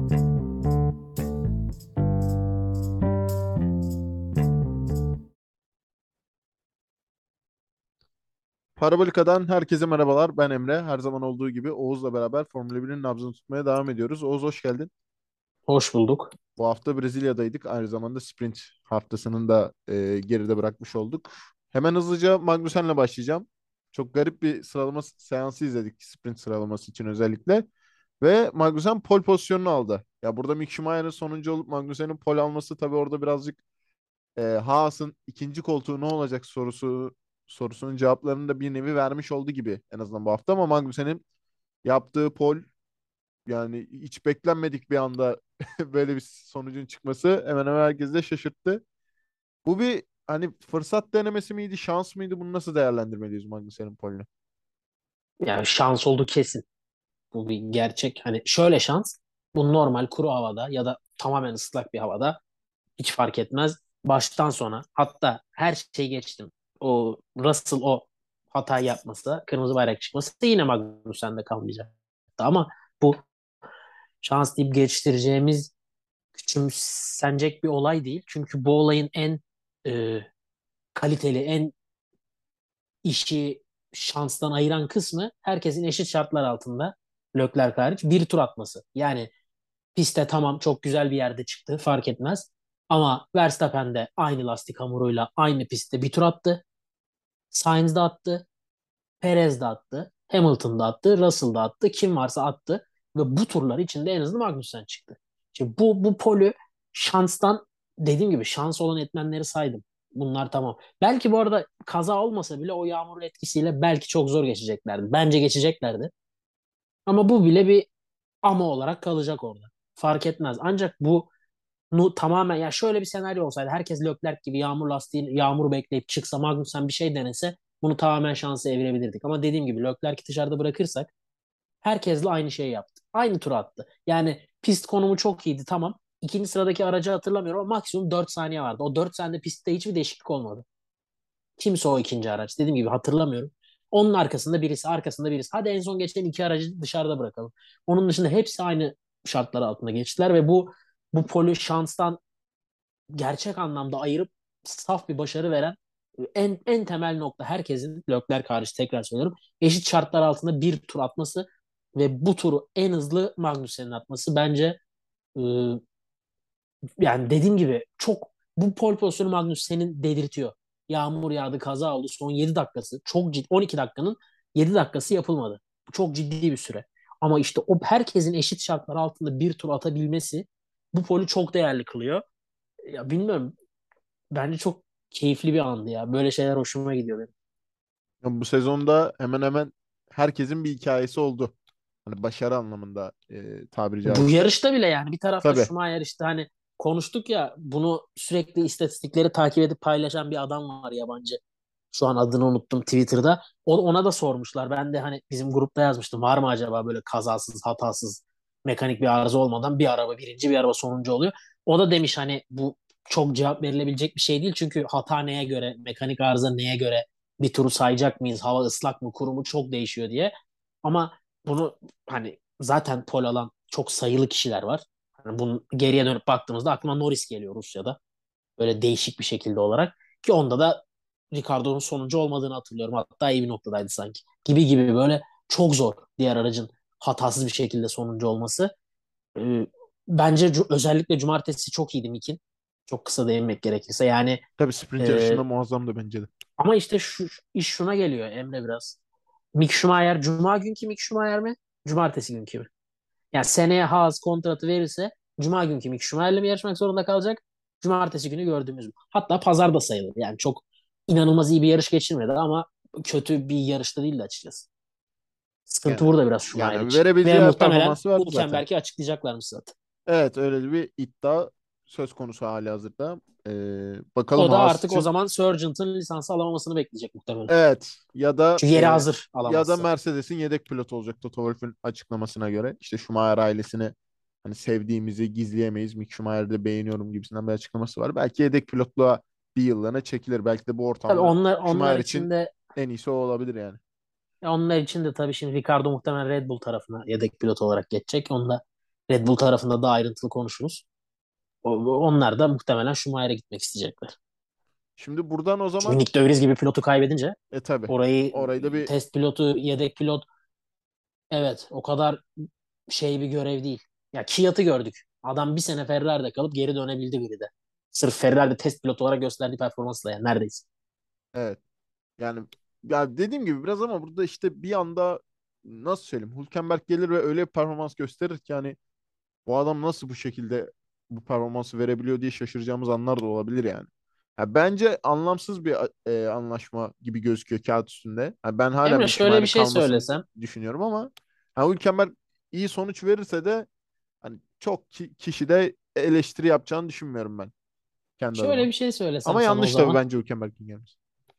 Parabolika'dan herkese merhabalar. Ben Emre. Her zaman olduğu gibi Oğuz'la beraber Formula 1'in nabzını tutmaya devam ediyoruz. Oğuz hoş geldin. Hoş bulduk. Bu hafta Brezilya'daydık. Aynı zamanda sprint haftasının da geride bırakmış olduk. Hemen hızlıca Magnussen'le başlayacağım. Çok garip bir sıralama seansı izledik sprint sıralaması için özellikle. Ve Magnussen pole pozisyonunu aldı. Ya burada Mick Schumacher'ın sonuncu olup Magnussen'in pole alması tabii orada birazcık Haas'ın ikinci koltuğu ne olacak sorusunun cevaplarını da bir nevi vermiş oldu gibi en azından bu hafta, ama Magnussen'in yaptığı pol, yani hiç beklenmedik bir anda böyle bir sonucun çıkması hemen hemen herkesi de şaşırttı. Bu bir hani fırsat denemesi miydi, şans mıydı? Bunu nasıl değerlendirmeliyiz Magnussen'in polünü? Yani şans oldu kesin. Bu bir gerçek. Hani şöyle şans. Bu normal kuru havada ya da tamamen ıslak bir havada hiç fark etmez. Baştan sona hatta her şeyi geçtim. O Russell o hatayı yapması, kırmızı bayrak çıkması yine Magnussen'de kalmayacak. Ama bu şans deyip geçiştireceğimiz küçümsenecek bir olay değil. Çünkü bu olayın en e, kaliteli, en işi şanstan ayıran kısmı herkesin eşit şartlar altında Leclerc hariç bir tur atması. Yani pistte tamam çok güzel bir yerde çıktı fark etmez. Ama Verstappen de aynı lastik hamuruyla aynı pistte bir tur attı. Sainz de attı. Perez de attı. Hamilton da attı. Russell da attı. Kim varsa attı. Ve bu turlar içinde en hızlı Magnussen çıktı. Şimdi bu polü şanstan dediğim gibi şans olan etmenleri saydım. Bunlar tamam. Belki bu arada kaza olmasa bile o yağmurun etkisiyle belki çok zor geçeceklerdi. Bence geçeceklerdi. Ama bu bile bir ama olarak kalacak orada. Fark etmez. Ancak tamamen ya şöyle bir senaryo olsaydı herkes Leclerc gibi yağmur lastiği yağmuru bekleyip çıksa Magnussen bir şey denese bunu tamamen şansa evirebilirdik. Ama dediğim gibi Leclerc'i dışarıda bırakırsak herkesle aynı şeyi yaptı. Aynı tura attı. Yani pist konumu çok iyiydi tamam. İkinci sıradaki aracı hatırlamıyorum ama maksimum 4 saniye vardı. O 4 saniyede pistte hiçbir değişiklik olmadı. Kimse o ikinci araç. Dediğim gibi hatırlamıyorum. Onun arkasında birisi, arkasında birisi. Hadi en son geçen iki aracı dışarıda bırakalım. Onun dışında hepsi aynı şartlar altında geçtiler ve bu poli şanstan gerçek anlamda ayırıp saf bir başarı veren en temel nokta herkesin Leclerc hariç tekrar söylüyorum eşit şartlar altında bir tur atması ve bu turu en hızlı Magnussen'in atması bence e, yani dediğim gibi çok bu pole pozisyonu Magnussen'in dedirtiyor. Yağmur yağdı, kaza oldu. Son 7 dakikası çok ciddi 12 dakikanın 7 dakikası yapılmadı. Bu çok ciddi bir süre. Ama işte o herkesin eşit şartlar altında bir tur atabilmesi bu poli çok değerli kılıyor. Ya bilmiyorum. Bence çok keyifli bir andı ya. Böyle şeyler hoşuma gidiyor benim. Ya bu sezonda hemen hemen herkesin bir hikayesi oldu. Hani başarı anlamında, tabiri Bu caizse. yarışta bile yani bir tarafta Tabii. Schumacher işte hani konuştuk ya bunu sürekli istatistikleri takip edip paylaşan bir adam var yabancı. Şu an adını unuttum Twitter'da. Ona da sormuşlar. Ben de hani bizim grupta yazmıştım. Var mı acaba böyle kazasız, hatasız, mekanik bir arıza olmadan bir araba birinci, bir araba sonuncu oluyor. O da demiş hani bu çok cevap verilebilecek bir şey değil. Çünkü hata neye göre, mekanik arıza neye göre bir turu sayacak mıyız? Hava ıslak mı, kuru mu çok değişiyor diye. Ama bunu hani zaten pol alan çok sayılı kişiler var. Hani bunun geriye dönüp baktığımızda aklıma Norris geliyor Rusya'da. Böyle değişik bir şekilde olarak. Ki onda da Ricardo'nun sonuncu olmadığını hatırlıyorum. Hatta iyi bir noktadaydı sanki. Gibi gibi böyle çok zor diğer aracın hatasız bir şekilde sonuncu olması. Ee, bence özellikle cumartesi çok iyiydi Mick'in. Çok kısa değinmek gerekirse. Yani Tabii sprint e, yarışında muazzamdı bence de. ama işte iş şuna geliyor Emre biraz. Mick Schumacher Cuma günkü Mick Schumacher mi? Cumartesi günkü mü? Yani seneye Haas kontratı verirse Cuma günkü Mick Schumacher'le mi yarışmak zorunda kalacak? Cumartesi günü gördüğümüz mü? Hatta pazar da sayılır. Yani çok inanılmaz iyi bir yarış geçirmedi ama kötü bir yarışta değildi açıkçası. Sıkıntı Yani burada biraz Schumacher yani için. Ve verebileceği her muhtemelen performansı verdi zaten. Hülkenberg'i açıklayacaklarmış zaten. Evet, öyle bir iddia söz konusu hali hazırda. Bakalım O da Haas artık o için. zaman Sargent'ın lisansı alamamasını bekleyecek muhtemelen. Evet, ya da Çünkü yeri hazır alamazsa. Mercedes'in yedek pilotu olacak Toto Wolff'ün açıklamasına göre. İşte Schumacher ailesini hani sevdiğimizi gizleyemeyiz. Mick Schumacher'ı da beğeniyorum gibisinden bir açıklaması var. Belki yedek pilotluğa bir yıllığına çekilir. Belki de bu Tabii ortamda onlar Schumacher için için de en iyisi o olabilir yani. onlar için de tabii şimdi Ricardo muhtemelen Red Bull tarafına yedek pilot olarak geçecek. Onu da Red Bull tarafında da ayrıntılı konuşuruz. Onlar da muhtemelen Schumacher'e gitmek isteyecekler. Şimdi buradan o Çünkü zaman Nick de Vries gibi pilotu kaybedince tabii orayı orayı da bir test pilotu, yedek pilot, evet, o kadar şey bir görev değil. Ya Kvyat'ı gördük. Adam bir sene Ferrari'de kalıp geri dönebildi biri de. Sırf Ferrari'de test pilot olarak gösterdiği performansla yani neredeyse. evet. Yani ya dediğim gibi biraz ama burada işte bir anda nasıl söyleyeyim Hülkenberg gelir ve öyle bir performans gösterir ki yani bu adam nasıl bu şekilde bu performansı verebiliyor diye şaşıracağımız anlar da olabilir yani. Ya bence anlamsız bir anlaşma gibi gözüküyor kağıt üstünde. Ha, ben halen Emre bir şöyle bir Schumacher'in şey kalmasını söylesem. düşünüyorum ama ha, Hülkenberg iyi sonuç verirse de hani çok kişi de eleştiri yapacağını düşünmüyorum ben kendi Şöyle adıma. bir şey Ama söylesem sana o yanlış tabii zaman. bence Hülkenberg'in gelmesi.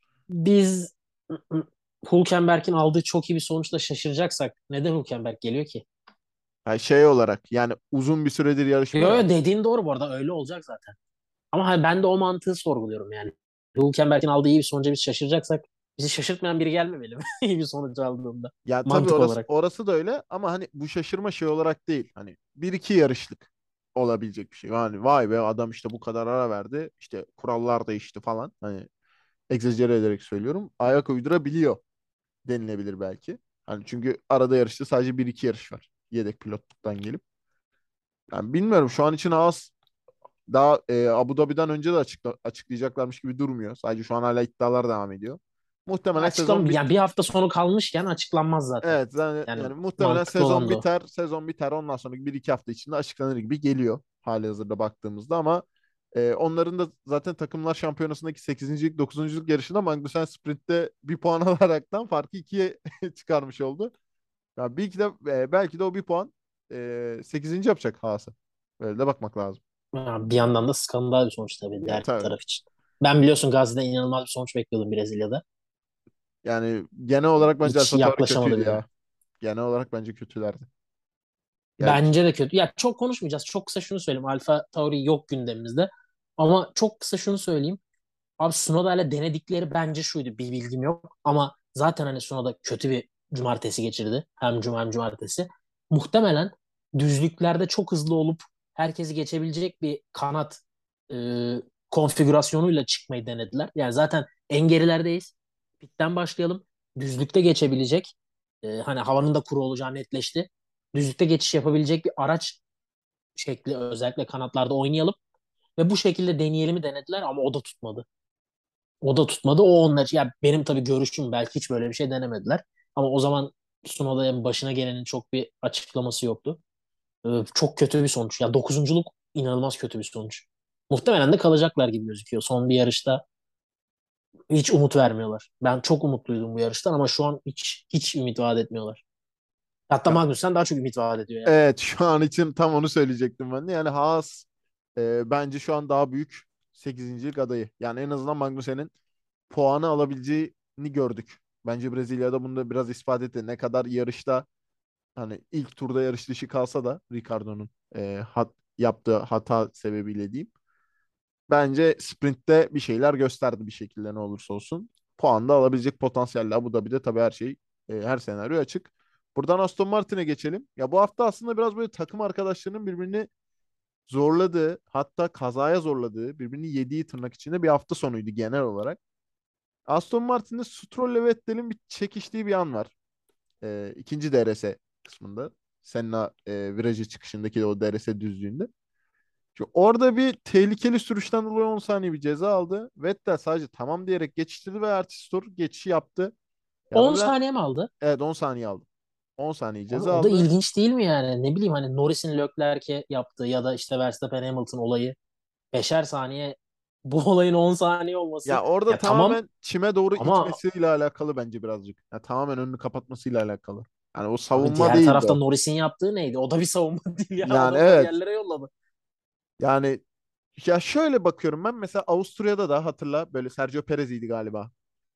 Biz Hülkenberg'in aldığı çok iyi bir sonuçla şaşıracaksak neden Hülkenberg geliyor ki? Yani şey olarak yani uzun bir süredir yarışmıyor Yo, ya. yo, dediğin doğru bu arada, öyle olacak zaten. Ama hani ben de o mantığı sorguluyorum yani. Hülkenberg'in aldığı iyi bir sonuca biz şaşıracaksak bizi şaşırtmayan biri gelmemeli mi? İyi bir sonuç aldığında. Ya tabii Mantık olarak. orası da öyle ama hani bu şaşırma şey olarak değil. Hani bir iki yarışlık olabilecek bir şey. Yani vay be adam işte bu kadar ara verdi. İşte kurallar değişti falan. Hani egzajere ederek söylüyorum. Ayak uydurabiliyor denilebilir belki. Hani çünkü arada yarışta sadece bir iki yarış var. Yedek pilotluktan gelip. Yani bilmiyorum şu an için Haas daha Abu Dhabi'den önce de açıklayacaklarmış gibi durmuyor. Sadece şu an hala iddialar devam ediyor. Muhtemelen sezon Yani bir hafta sonu kalmışken açıklanmaz zaten. Evet yani Yani muhtemelen mantıklı olan sezon da o. biter. Sezon biter. Ondan sonraki bir iki hafta içinde açıklanır gibi geliyor hali hazırda baktığımızda ama onların da zaten takımlar şampiyonasındaki sekizincilik dokuzunculuk yarışında Magnussen sprintte bir puan alaraktan farkı ikiye çıkarmış oldu. Ya belki de o bir puan 8. yapacak Haas'ı. Böyle de bakmak lazım. Yani bir yandan da skandal bir sonuç tabii Ya diğer tabii. taraf için. Ben biliyorsun Gazi'den inanılmaz bir sonuç bekliyordum Brezilya'da. Yani genel olarak bence Hiç AlphaTauri yaklaşamadı kötüydü bile. ya. Genel olarak bence kötülerdi. Ya Bence de kötü. Ya çok konuşmayacağız. Çok kısa şunu söyleyeyim. Alfa Tauri yok gündemimizde. Ama çok kısa şunu söyleyeyim. Abi Tsunoda ile denedikleri bence şuydu. Bir bilgim yok. Ama zaten hani Tsunoda kötü bir cumartesi geçirdi. Hem cuma hem cumartesi. Muhtemelen düzlüklerde çok hızlı olup herkesi geçebilecek bir kanat e, konfigürasyonuyla çıkmayı denediler. Yani zaten en gerilerdeyiz. Pitten başlayalım. Düzlükte geçebilecek, hani havanın da kuru olacağı netleşti. Düzlükte geçiş yapabilecek bir araç şekli özellikle kanatlarda oynayalım ve bu şekilde deneyelim'i denediler ama o da tutmadı. O da tutmadı. O onlar. Ya benim tabii görüşüm, belki hiç böyle bir şey denemediler. Ama o zaman Tsunoda'nın başına gelenin çok bir açıklaması yoktu. Çok kötü bir sonuç. Ya dokuzunculuk inanılmaz kötü bir sonuç. Muhtemelen de kalacaklar gibi gözüküyor. Son bir yarışta hiç umut vermiyorlar. Ben çok umutluydum bu yarıştan ama şu an hiç ümit vaat etmiyorlar. Hatta ya Magnussen daha çok ümit vaat ediyor yani. evet şu an için tam onu söyleyecektim ben de. Yani Haas bence şu an daha büyük sekizincilik adayı. Yani en azından Magnussen'in puanı alabileceğini gördük. Bence Brezilya'da bunu da biraz ispat etti. Ne kadar yarışta hani ilk turda yarış dışı kalsa da Ricardo'nun yaptığı hata sebebiyle diyeyim. Bence sprintte bir şeyler gösterdi bir şekilde ne olursa olsun. Puan da alabilecek potansiyelle Abu Dhabi'de tabii her şey her senaryo açık. Buradan Aston Martin'e geçelim. Ya bu hafta aslında biraz böyle takım arkadaşlarının birbirini zorladığı, hatta kazaya zorladığı, birbirini yediği tırnak içinde bir hafta sonuydu genel olarak. Aston Martin'de Stroll ile Vettel'in bir çekiştiği bir an var. İkinci DRS kısmında. Senna virajı çıkışındaki o DRS düzlüğünde. Şimdi orada bir tehlikeli sürüşten dolayı 10 saniye bir ceza aldı. Vettel sadece tamam diyerek geçiştirdi ve ertesi tur geçişi yaptı. Ya 10 ben saniye mi aldı? evet 10 saniye aldı. 10 saniye Abi ceza o da aldı. ilginç değil mi yani? Ne bileyim, hani Norris'in Leclerc'e yaptığı ya da işte Verstappen Hamilton olayı, beşer saniye, bu olayın 10 saniye olması. Ya orada Ya tamam tamamen çime doğru ama itmesiyle alakalı bence birazcık. Ya tamamen önünü kapatmasıyla alakalı. Yani o abi savunma diğer değildi tarafta o. Norris'in yaptığı neydi? O da bir savunma değil ya. Yani Adamı evet. bariyerlere yolladı. Yani ya şöyle bakıyorum ben mesela Avusturya'da da hatırla böyle Sergio Perez'iydi galiba.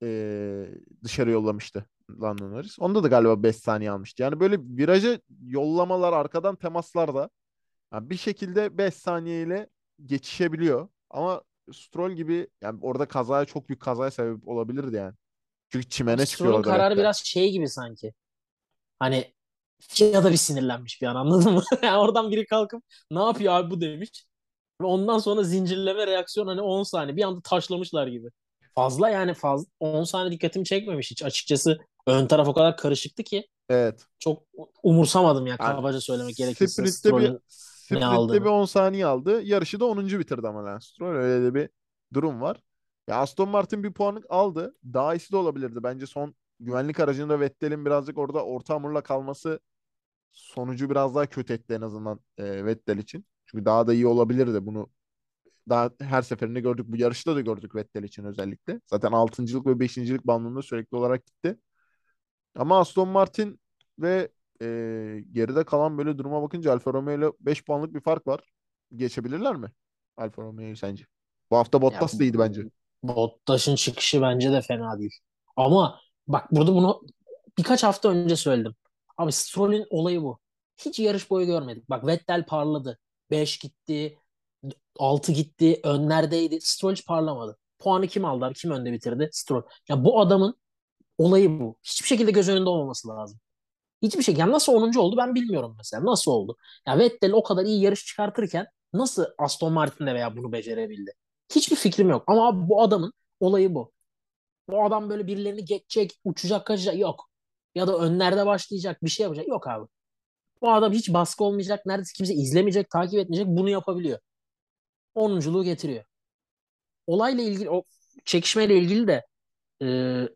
Dışarı yollamıştı Lando Norris. Onda da galiba 5 saniye almıştı. Yani böyle viraja yollamalar arkadan temaslar da yani bir şekilde 5 saniyeyle geçişebiliyor. Ama Stroll gibi yani orada kazaya çok büyük kazaya sebep olabilirdi yani. Çünkü Abi çimene çıkıyor Stroll'ün orada kararı Vettel. biraz şey gibi sanki. Hani Ya da bir sinirlenmiş bir an, anladın mı? Yani oradan biri kalkıp ne yapıyor abi bu demiş. Ve ondan sonra zincirleme reaksiyon, hani 10 saniye bir anda taşlamışlar gibi. Fazla yani, fazla 10 saniye dikkatimi çekmemiş hiç. Açıkçası ön taraf o kadar karışıktı ki Evet. çok umursamadım ya, Yani kabaca söylemek gerekirse Stroll'ün ne Sprint'te bir aldığını. 10 saniye aldı. Yarışı da 10. bitirdi ama Lance Stroll. Öyle de bir durum var. Ya Aston Martin bir puanlık aldı. Daha iyisi de olabilirdi. Bence son güvenlik aracında Vettel'in birazcık orada orta hamurla kalması sonucu biraz daha kötü etti en azından Vettel için. Çünkü daha da iyi olabilirdi. Bunu daha her seferinde gördük. Bu yarışta da gördük Vettel için özellikle. Zaten altıncılık ve beşincilik bandında sürekli olarak gitti. Ama Aston Martin ve geride kalan böyle duruma bakınca Alfa Romeo ile 5 puanlık bir fark var. Geçebilirler mi Alfa Romeo'yu sence? Bu hafta Ya Bottas da iyiydi bence. Bottas'ın çıkışı bence de fena değil. Ama bak, burada bunu birkaç hafta önce söyledim. Abi Stroll'ün olayı bu. Hiç yarış boyu görmedik. Bak Vettel parladı. 5 gitti, 6 gitti, önlerdeydi. Stroll hiç parlamadı. Puanı kim aldı abi? Kim önde bitirdi? Stroll. Ya bu adamın olayı bu. Hiçbir şekilde göz önünde olmaması lazım. Hiçbir şey. Yani nasıl 10. oldu ben bilmiyorum mesela. Nasıl oldu? Ya Vettel o kadar iyi yarış çıkartırken nasıl Aston Martin'de veya bunu becerebildi? Hiçbir fikrim yok. Ama abi bu adamın olayı bu. Bu adam böyle birilerini geçecek, uçacak, kaçacak. Yok. Ya da önlerde başlayacak, bir şey yapacak. Yok abi. Bu adam hiç baskı olmayacak. Neredeyse kimse izlemeyecek, takip etmeyecek. Bunu yapabiliyor. 10'unculuğu getiriyor. Olayla ilgili, o çekişmeyle ilgili de e,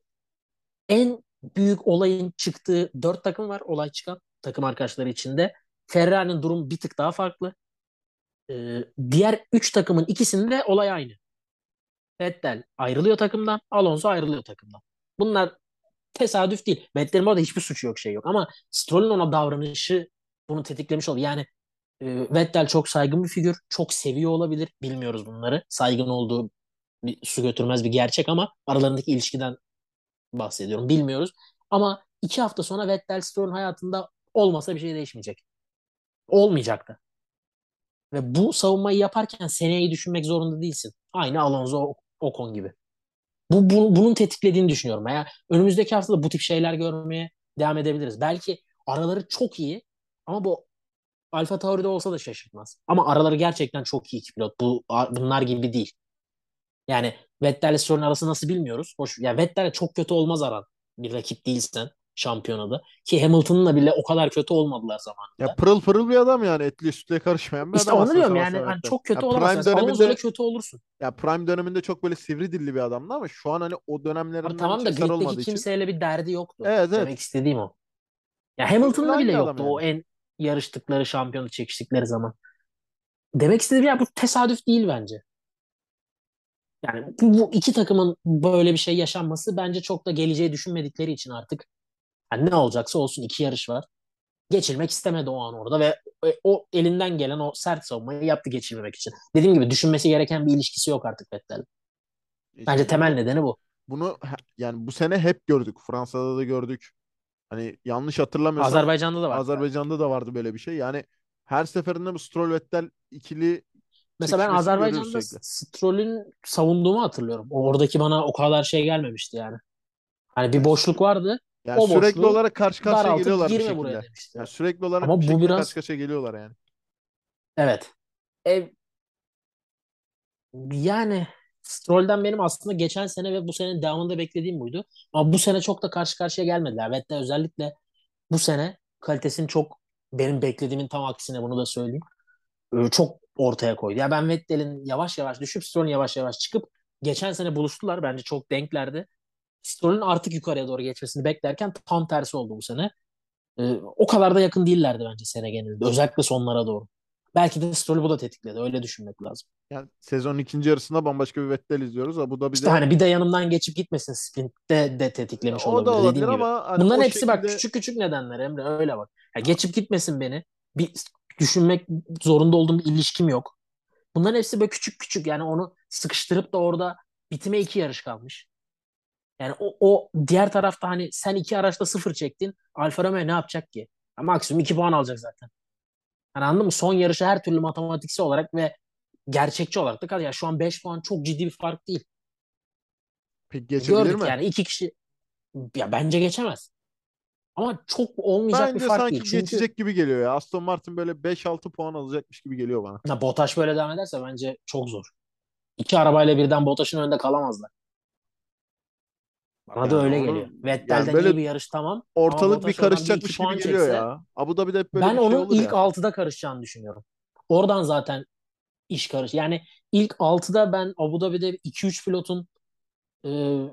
en büyük olayın çıktığı 4 takım var. Olay çıkan takım arkadaşları içinde. Ferrari'nin durum bir tık daha farklı. Diğer 3 takımın ikisinde olay aynı. Vettel ayrılıyor takımdan, Alonso ayrılıyor takımdan. Bunlar tesadüf değil. Vettel'in orada hiçbir suçu yok, şey yok. Ama Stroll'ün ona davranışı bunu tetiklemiş oldu. Yani Vettel çok saygın bir figür. Çok seviyor olabilir. Bilmiyoruz bunları. Saygın olduğu bir su götürmez bir gerçek ama aralarındaki ilişkiden bahsediyorum. Bilmiyoruz. Ama 2 hafta sonra Vettel Stroll'ün hayatında olmasa bir şey değişmeyecek. Olmayacak da. Ve bu savunmayı yaparken seneyi düşünmek zorunda değilsin. Aynı Alonso Ocon gibi. Bunun tetiklediğini düşünüyorum. Yani önümüzdeki haftada bu tip şeyler görmeye devam edebiliriz. Belki araları çok iyi ama bu Alfa Tauri'de olsa da şaşırtmaz. Ama araları gerçekten çok iyi iki pilot. Bunlar gibi değil. Yani Vettel ile Stroll'ün arası nasıl bilmiyoruz. Hoş, ya Vettel'le çok kötü olmaz aran. Bir rakip değilsen şampiyonada. Ki Hamilton'la bile o kadar kötü olmadılar Ya zamanında. pırıl pırıl bir adam yani etliye sütlüye karışmayan bir İşte adam onu aslında diyorum Sebastian yani, hani Vettel. çok kötü Ya olamazsın. Prime Mesela Alonso ile döneminde kötü olursun. Prime döneminde çok böyle sivri dilli bir adamdı ama şu an hani o Abi dönemlerinden tamam hiç da eser griddeki olmadığı için. kimseyle bir derdi yoktu. Evet, Demek evet. istediğim o. Ya Öyle Hamilton'la bile aynı adam yoktu o yani. en yarıştıkları, şampiyonu çekiştikleri zaman. Demek istediğim ya, bu tesadüf değil bence. Yani bu iki takımın böyle bir şey yaşanması bence çok da geleceği düşünmedikleri için artık, hani ne olacaksa olsun, iki yarış var. Geçilmek istemedi o an orada ve o elinden gelen o sert savunmayı yaptı geçilmemek için. Dediğim gibi düşünmesi gereken bir ilişkisi yok artık Vettel. Bence İşte temel nedeni bu. yani bu sene hep gördük. Fransa'da da gördük. Hani yanlış hatırlamıyorsam Azerbaycan'da da vardı galiba. Azerbaycan'da da vardı böyle bir şey. Yani her seferinde bu Stroll Vettel ikili Mesela ben çekişmesini görüyoruz Azerbaycan'da sürekli. Stroll'ün savunduğumu hatırlıyorum. Oradaki bana o kadar şey gelmemişti yani. Hani bir Yani, boşluk vardı. yani O sürekli boşluğu olarak karşı karşıya daraltıp geliyorlar bir girme buraya şekilde. demişti. Yani sürekli olarak bir Ama bu şekilde karşı biraz, karşıya geliyorlar yani. evet. E, Yani Stroll'den benim aslında geçen sene ve bu senenin devamında beklediğim buydu. Ama bu sene çok da karşı karşıya gelmediler. Vettel özellikle bu sene kalitesini çok, benim beklediğimin tam aksine, bunu da söyleyeyim, çok ortaya koydu. Ya ben Vettel'in yavaş yavaş düşüp Stroll'ün yavaş yavaş çıkıp geçen sene buluştular. Bence çok denklerdi. Stroll'ün artık yukarıya doğru geçmesini beklerken tam tersi oldu bu sene. O kadar da yakın değillerdi bence sene genelinde. Özellikle sonlara doğru. Belki de Stroll'ü bu da tetikledi. Öyle düşünmek lazım. Yani sezonun ikinci yarısında bambaşka bir Vettel izliyoruz. Abu İşte Dhabi'de hani bir de yanımdan geçip gitmesin, sprintte de tetiklemiş o da olabilir olabilir dediğin gibi. ama hani Bunların o hepsi bak şekilde küçük küçük nedenler Emre, öyle bak. Ya geçip gitmesin beni. Bir düşünmek zorunda olduğum bir ilişkim yok. Bunların hepsi böyle küçük küçük, yani onu sıkıştırıp da orada bitime 2 yarış kalmış. Yani o diğer tarafta hani sen 2 araçta 0 çektin. Alfa Romeo ne yapacak ki? Ya maksimum 2 puan alacak zaten. Hani anladın mı? Son yarışı her türlü matematiksel olarak ve gerçekçi olarak da kaz. Ya şu an 5 puan çok ciddi bir fark değil. pek geçebilir Gördük mi? yani 2 kişi, ya bence geçemez. Ama çok olmayacak bir Bence fark değil. sanki Çünkü geçecek gibi geliyor ya. Aston Martin böyle 5-6 puan alacakmış gibi geliyor bana. ya Bottas böyle devam ederse bence çok zor. İki arabayla birden Bottas'ın önünde kalamazlar. Bana da Yani öyle onu geliyor. yani Vettel'den böyle iyi bir yarış tamam. Ama ortalık bir Bottas oradan bir iki karışacakmış gibi puan geliyor çekse ya. Abu Dhabi'de hep böyle ben bir şey onun olur ilk ya. altıda karışacağını düşünüyorum. Oradan zaten iş karış. Yani ilk altıda ben Abu Dhabi'de iki üç pilotun e,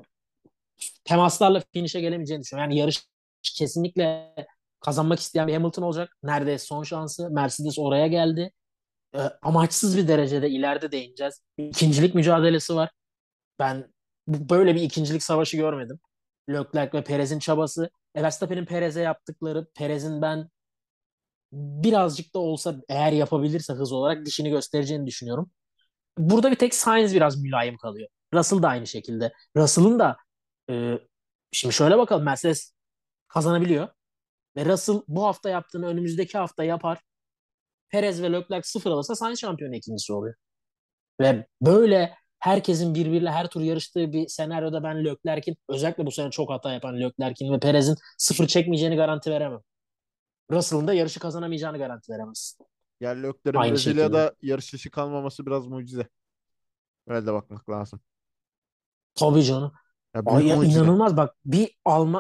temaslarla finish'e gelemeyeceğini düşünüyorum. Yani yarış kesinlikle kazanmak isteyen bir Hamilton olacak. Neredeyse son şansı. Mercedes oraya geldi. Amaçsız bir derecede ileride değineceğiz. İkincilik mücadelesi var. Ben böyle bir ikincilik savaşı görmedim. Leclerc ve Perez'in çabası. Verstappen'in Perez'e yaptıkları, Perez'in ben birazcık da olsa eğer yapabilirse hız olarak dişini göstereceğini düşünüyorum. Burada bir tek Sainz biraz mülayim kalıyor. Russell da aynı şekilde. Russell'ın da e, şimdi şöyle bakalım, Mercedes kazanabiliyor. Ve Russell bu hafta yaptığını önümüzdeki hafta yapar. Perez ve Leclerc sıfır alırsa Sainz şampiyonu ikincisi oluyor. Ve böyle herkesin birbiriyle her tur yarıştığı bir senaryoda ben Leclerc'in, özellikle bu sene çok hata yapan Leclerc'in ve Perez'in sıfır çekmeyeceğini garanti veremem. Russell'ın da yarışı kazanamayacağını garanti veremez. Yani Lökler'in Aynı şekilde. Brezilya'da yarış dışı kalmaması biraz mucize. Öyle de bakmak lazım. Tabii canım. Ya Ay büyük ya, mucize. inanılmaz bak, bir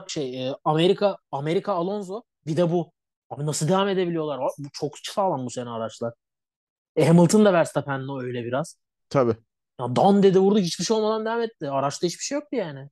Amerika Alonso, bir de bu. Abi nasıl devam edebiliyorlar? Bu çok sağlam bu sene araçlar. Hamilton da Verstappen'le öyle biraz. Tabii. Ya Dan dedi vurdu, hiçbir şey olmadan devam etti. Araçta hiçbir şey yoktu yani.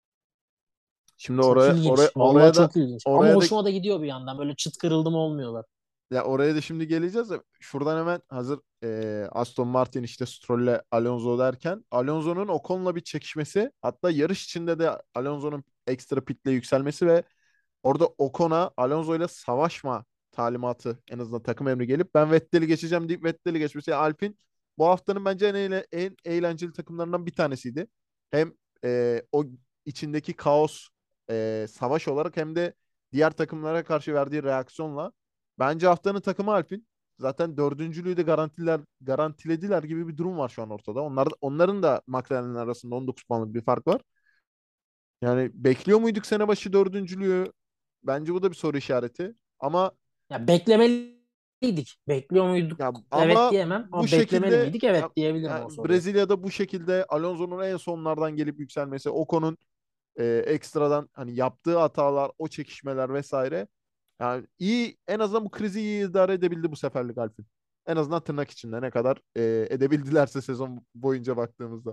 Şimdi Çok oraya oraya ilginç. Vallahi oraya da çok ilginç. Ama oraya da hoşuma da gidiyor bir yandan. Böyle çıt kırıldım olmuyorlar. ya oraya da şimdi geleceğiz. Şuradan hemen hazır Aston Martin işte Stroll'le Alonso derken Alonso'nun Ocon'la bir çekişmesi, hatta yarış içinde de Alonso'nun ekstra pitle yükselmesi ve orada Ocon'a Alonso ile savaşma talimatı, en azından takım emri gelip ben Vettel'i geçeceğim deyip Vettel'i geçmesi. Yani Alpine bu haftanın bence en eğlenceli takımlarından bir tanesiydi. Hem o içindeki kaos savaş olarak hem de diğer takımlara karşı verdiği reaksiyonla bence haftanın takımı Alpine. Zaten dördüncülüğü de garantilediler gibi bir durum var şu an ortada. Onların da McLaren'in arasında 19 puanlık bir fark var. Yani bekliyor muyduk sene başı dördüncülüğü? Bence bu da bir soru işareti. Ama Ya beklemeliydik. Bekliyor muyduk? ya Evet ama diyemem. bu Ama beklemeli şekilde miydik? Evet ya, diyebilirim o ya soruya. Brezilya'da bu şekilde Alonso'nun en sonlardan gelip yükselmesi, Ocon'un ekstradan hani yaptığı hatalar, o çekişmeler vesaire. Yani iyi, en azından bu krizi iyi idare edebildi bu seferlik Alpin. En azından tırnak içinde ne kadar edebildilerse sezon boyunca baktığımızda.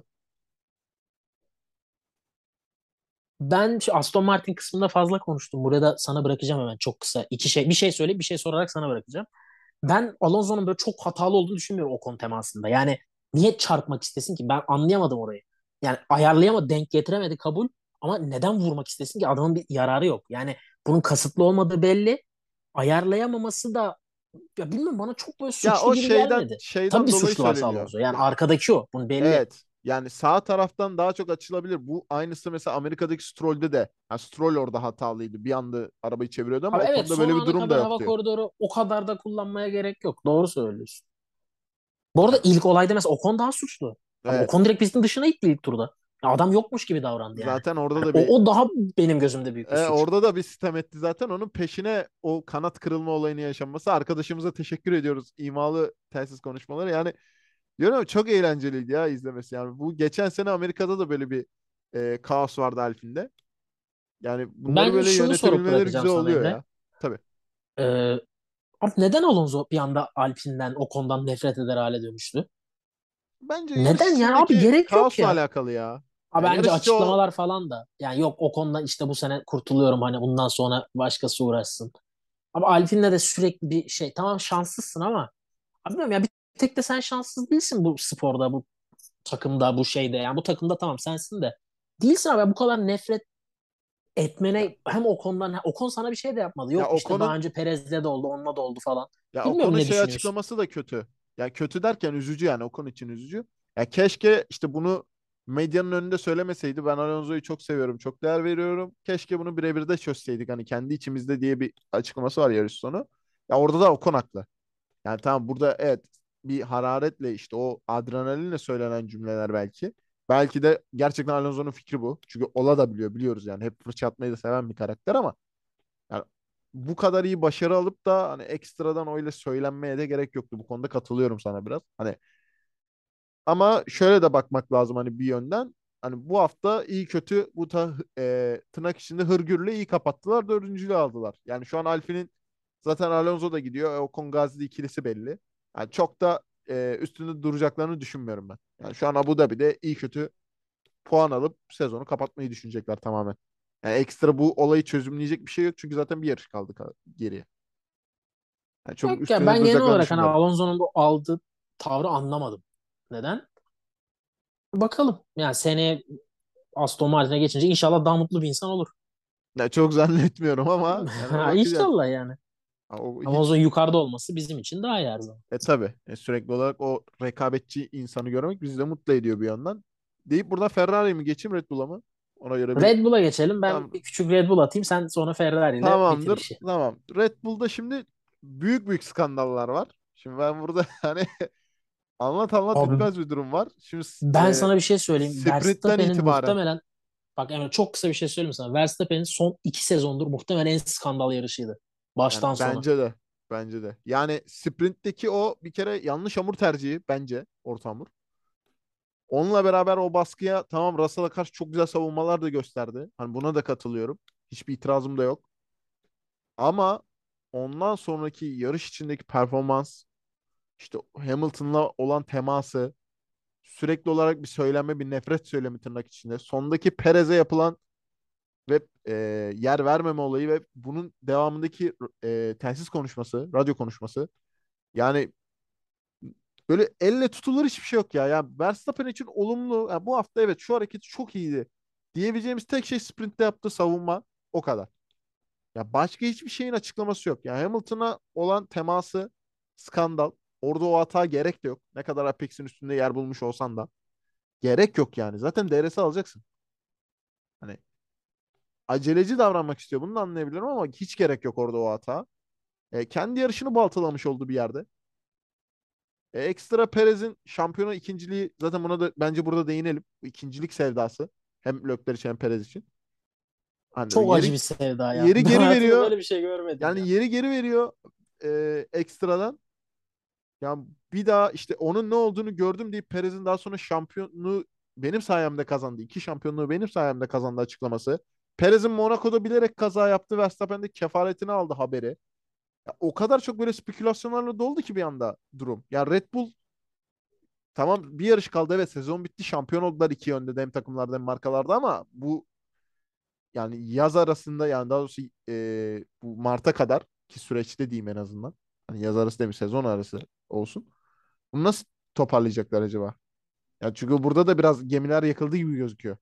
Ben şu Aston Martin kısmında fazla konuştum. Burada sana bırakacağım hemen çok kısa. Bir şey söyleyip bir şey sorarak sana bırakacağım. Ben Alonso'nun böyle çok hatalı olduğunu düşünmüyorum o konu temasında. Yani niye çarpmak istesin ki? Ben anlayamadım orayı. Yani ayarlayamadı, denk getiremedi, kabul. Ama neden vurmak istesin ki? Adamın bir yararı yok. Yani bunun kasıtlı olmadığı belli. Ayarlayamaması da, ya bilmiyorum, bana çok böyle Ya suçlu o gibi şeyden gelmedi. Tabii şeyden bir dolayı suçlu varsa söyleniyor. Alonso. Yani Ya arkadaki o. Bunun belli. evet. Yani sağ taraftan daha çok açılabilir. Bu aynısı mesela Amerika'daki Stroll'de de. Yani Stroll orada hatalıydı. Bir anda arabayı çeviriyordu ama Abi o evet, konuda son böyle bir ana durum da kadar hava yoktu. koridoru o kadar da kullanmaya gerek yok. Doğru söylüyorsun. Bu arada Ya, ilk olayda mesela Ocon daha suçlu. Abi evet. Ocon direkt pistin dışına itti ilk turda. Ya adam yokmuş gibi davrandı yani. Zaten orada Hani da bir o daha benim gözümde büyük bir suç. orada da bir sitem etti zaten. Onun peşine o kanat kırılma olayını yaşanması. Arkadaşımıza teşekkür ediyoruz. İmalı telsiz konuşmaları. Yani diyorum ya, çok eğlenceliydi ya izlemesi. Yani bu geçen sene Amerika'da da böyle bir kaos vardı Alpine'de. Yani bunları Ben böyle şunu sorup yönetebilmeleri bırakacağım güzel sana oluyor Emre. ya. Tabii. Ee, Abi neden Alonso bir anda Alpine'den, Ocon'dan nefret eder hale dönüştü? Bence yarış Neden yani abi, içindeki gerek yok kaosla ya. alakalı ya. Ha, Yani bence yarış içi o açıklamalar falan da. Yani yok, o konuda işte bu sene kurtuluyorum, hani bundan sonra başkası uğraşsın. Ama Alpine'de de sürekli bir şey. Tamam şanslısın ama abi bilmiyorum ya, bir tek de sen şanssız değilsin bu sporda, bu takımda, bu şeyde. Yani bu takımda tamam sensin de. Değilsin abi, bu kadar nefret ya, etmene hem o konudan, o konu sana bir şey de yapmadı. ya Yok işte daha Ocon'un önce Perez'le de oldu, onunla da oldu falan. ya Bilmiyorum Ocon'un ne şey düşünüyorsun. açıklaması da kötü. Ya kötü derken üzücü, yani Ocon için üzücü. Ya keşke işte bunu medyanın önünde söylemeseydi. Ben Alonso'yu çok seviyorum, çok değer veriyorum. Keşke bunu birebir de çözseydik hani kendi içimizde diye bir açıklaması var yarış sonu. Ya orada da Ocon haklı. Yani tamam, burada evet bir hararetle işte o adrenalinle söylenen cümleler belki. Belki de gerçekten Alonso'nun fikri bu. Çünkü ola da biliyoruz yani. Hep fırça atmayı da seven bir karakter ama Yani bu kadar iyi başarı alıp da hani ekstradan öyle söylenmeye de gerek yoktu. Bu konuda katılıyorum sana biraz. Hani ama şöyle de bakmak lazım hani bir yönden. Hani bu hafta iyi kötü tırnak içinde hırgürle iyi kapattılar. Dördüncülüğü aldılar. Yani şu an Alfi'nin zaten Alonso da gidiyor. Ocon Gasly ikilisi belli. Yani çok da üstünde duracaklarını düşünmüyorum ben. Yani şu an Abu Dhabi'de iyi kötü puan alıp sezonu kapatmayı düşünecekler tamamen. Yani ekstra bu olayı çözümleyecek bir şey yok. Çünkü zaten bir yarış kaldı geriye. Yani çok Yok ya, üstüne ben genel duracaklarını olarak hani düşünmüyorum. Alonso'nun bu aldığı tavrı anlamadım. Neden? Bakalım. Yani seneye Aston Martin'e geçince inşallah daha mutlu bir insan olur. Yani çok zannetmiyorum ama yani bakacağız. İnşallah yani. Ha, o hiç Alonso'nun yukarıda olması bizim için daha iyi her zaman. tabii sürekli olarak o rekabetçi insanı görmek bizi de mutlu ediyor bir yandan. Deyip burada Ferrari'ye mi geçeyim Red Bull'a mı? Ona göre bir Red Bull'a geçelim. Ben bir tam, küçük Red Bull atayım. Sen sonra Ferrari ile bitir tamamdır. işi. Tamam. Red Bull'da şimdi büyük büyük skandallar var. Şimdi ben burada hani anlat anlat Abi, bitmez bir durum var. Şimdi ben sana bir şey söyleyeyim. sprintten Verstappen'in itibaren muhtemelen, bak evet, çok kısa bir şey söyleyeyim sana. Verstappen'in son 2 sezondur muhtemelen en skandal yarışıydı. yani Baştan sona. bence de. Yani sprintteki o bir kere yanlış hamur tercihi bence orta hamur. Onunla beraber o baskıya tamam Russell'a karşı çok güzel savunmalar da gösterdi. Hani buna da katılıyorum. Hiçbir itirazım da yok. Ama ondan sonraki yarış içindeki performans, işte Hamilton'la olan teması, sürekli olarak bir söylenme, bir nefret söylemi tırnak içinde. Sondaki Perez'e yapılan ve yer vermeme olayı ve bunun devamındaki telsiz konuşması, radyo konuşması. Yani böyle elle tutulur hiçbir şey yok ya. Ya Verstappen için olumlu. Ya bu hafta evet şu hareketi çok iyiydi. Diyebileceğimiz tek şey sprintte yaptığı savunma. O kadar. Ya başka hiçbir şeyin açıklaması yok. Ya Hamilton'a olan teması skandal. Orada o hata gerek de yok. Ne kadar Apex'in üstünde yer bulmuş olsan da. Gerek yok yani. Zaten DRS alacaksın. Hani aceleci davranmak istiyor. Bunu da anlayabilirim ama hiç gerek yok orada o hata. Kendi yarışını baltalamış oldu bir yerde. Ekstra Perez'in şampiyona ikinciliği zaten buna da bence burada değinelim. Bu ikincilik sevdası. Hem Leclerc için hem Perez için. Hani Çok acı bir sevda ya. yeri Ben geri hayatımda veriyor. böyle bir şey görmedim Yani ya. yeri geri veriyor ekstradan. Ya bir daha işte onun ne olduğunu gördüm deyip Perez'in daha sonra şampiyonluğu benim sayemde kazandı. İki şampiyonluğu benim sayemde kazandı açıklaması. Perez'in Monaco'da bilerek kaza yaptı. Verstappen de kefaretini aldı haberi. Ya o kadar çok böyle spekülasyonlarla doldu ki bir anda durum. Ya Red Bull tamam bir yarış kaldı, evet sezon bitti, şampiyon oldular iki yönde de hem takımlarda hem markalarda ama bu yani yaz arasında yani daha doğrusu bu Mart'a kadar ki süreçte diyeyim en azından. Hani yaz arası demiş sezon arası olsun. Bunu nasıl toparlayacaklar acaba? Ya çünkü burada da biraz gemiler yakıldı gibi gözüküyor.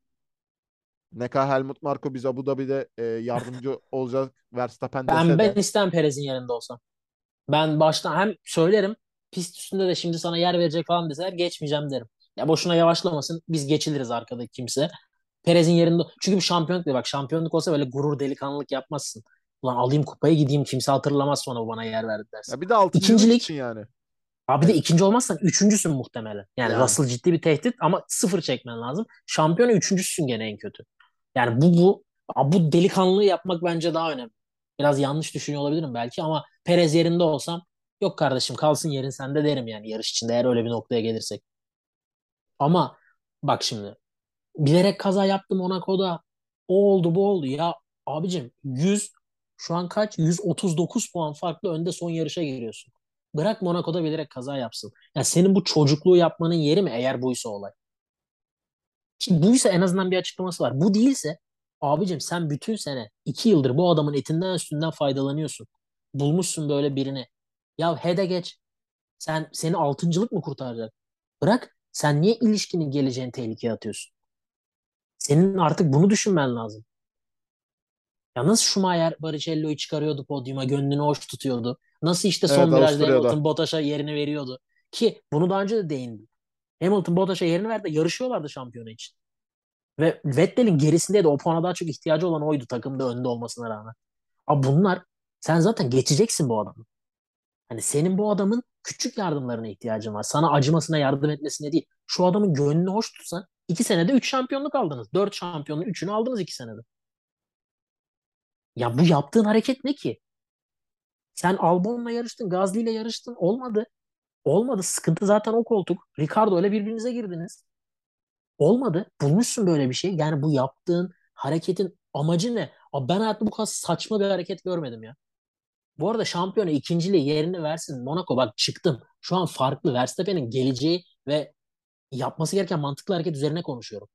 Ne kadar Helmut Marko biz Abu Dhabi'de yardımcı olacak Verstappen Ben dese ben de istem Perez'in yerinde olsam. Ben baştan hem söylerim, pist üstünde de şimdi sana yer verecek falan deseler geçmeyeceğim derim. Ya boşuna yavaşlamasın, biz geçiliriz arkadaki kimse. Perez'in yerinde, çünkü bir şampiyonluk değil, bak şampiyonluk olsa böyle gurur delikanlılık yapmazsın. Ulan alayım kupayı gideyim, kimse hatırlamaz sonra bu bana yer verdi dersin. ya bir de altıncılık İkincilik, için yani. abi de Yani, ikinci olmazsan üçüncüsün muhtemelen. Yani yani. Russell ciddi bir tehdit ama sıfır çekmen lazım. Şampiyona üçüncüsün gene en kötü. Yani bu delikanlılığı yapmak bence daha önemli. Biraz yanlış düşünüyor olabilirim belki ama Perez yerinde olsam yok kardeşim kalsın yerin sende derim yani yarış içinde eğer öyle bir noktaya gelirsek. Ama bak şimdi bilerek kaza yaptım Monaco'da. O oldu bu oldu. Ya abicim, şu an kaç? 139 puan farklı önde son yarışa giriyorsun. Bırak Monaco'da bilerek kaza yapsın. Ya senin bu çocukluğu yapmanın yeri mi eğer buysa olay? Ki buysa en azından bir açıklaması var. Bu değilse abicim sen bütün sene 2 yıldır bu adamın etinden üstünden faydalanıyorsun. Bulmuşsun böyle birini. Ya hede geç. Seni altıncılık mı kurtaracak? Bırak, sen niye ilişkinin geleceğini tehlikeye atıyorsun? Senin artık bunu düşünmen lazım. Ya nasıl Schumacher Barrichello'yu çıkarıyordu podyuma, gönlünü hoş tutuyordu. Nasıl işte Evet son virajda Avusturya'da. Hamilton Bottas'a yerini veriyordu. Ki bunu daha önce de değindim. Hamilton Bottas'a yerini verdi, yarışıyorlardı şampiyona için. Ve Vettel'in gerisindeydi. O puana daha çok ihtiyacı olan oydu takımda önde olmasına rağmen. Abi bunlar, sen zaten geçeceksin bu adamı. Hani senin bu adamın küçük yardımlarına ihtiyacın var. Sana acımasına yardım etmesine değil. Şu adamın gönlünü hoş tutsan 2 senede 3 şampiyonluk aldınız. 4 şampiyonluğun üçünü aldınız 2 senede. Ya bu yaptığın hareket ne ki? Sen Albon'la yarıştın, Gasly ile yarıştın. Olmadı. Olmadı. Sıkıntı zaten o koltuk. Ricardo ile birbirinize girdiniz. Olmadı. Bulmuşsun böyle bir şey. Yani bu yaptığın hareketin amacı ne? Abi ben hayatımda bu kadar saçma bir hareket görmedim ya. Bu arada şampiyonu ikinciliği yerine versin. Monaco bak çıktım. Şu an farklı. Verstappen'in geleceği ve yapması gereken mantıklı hareket üzerine konuşuyorum.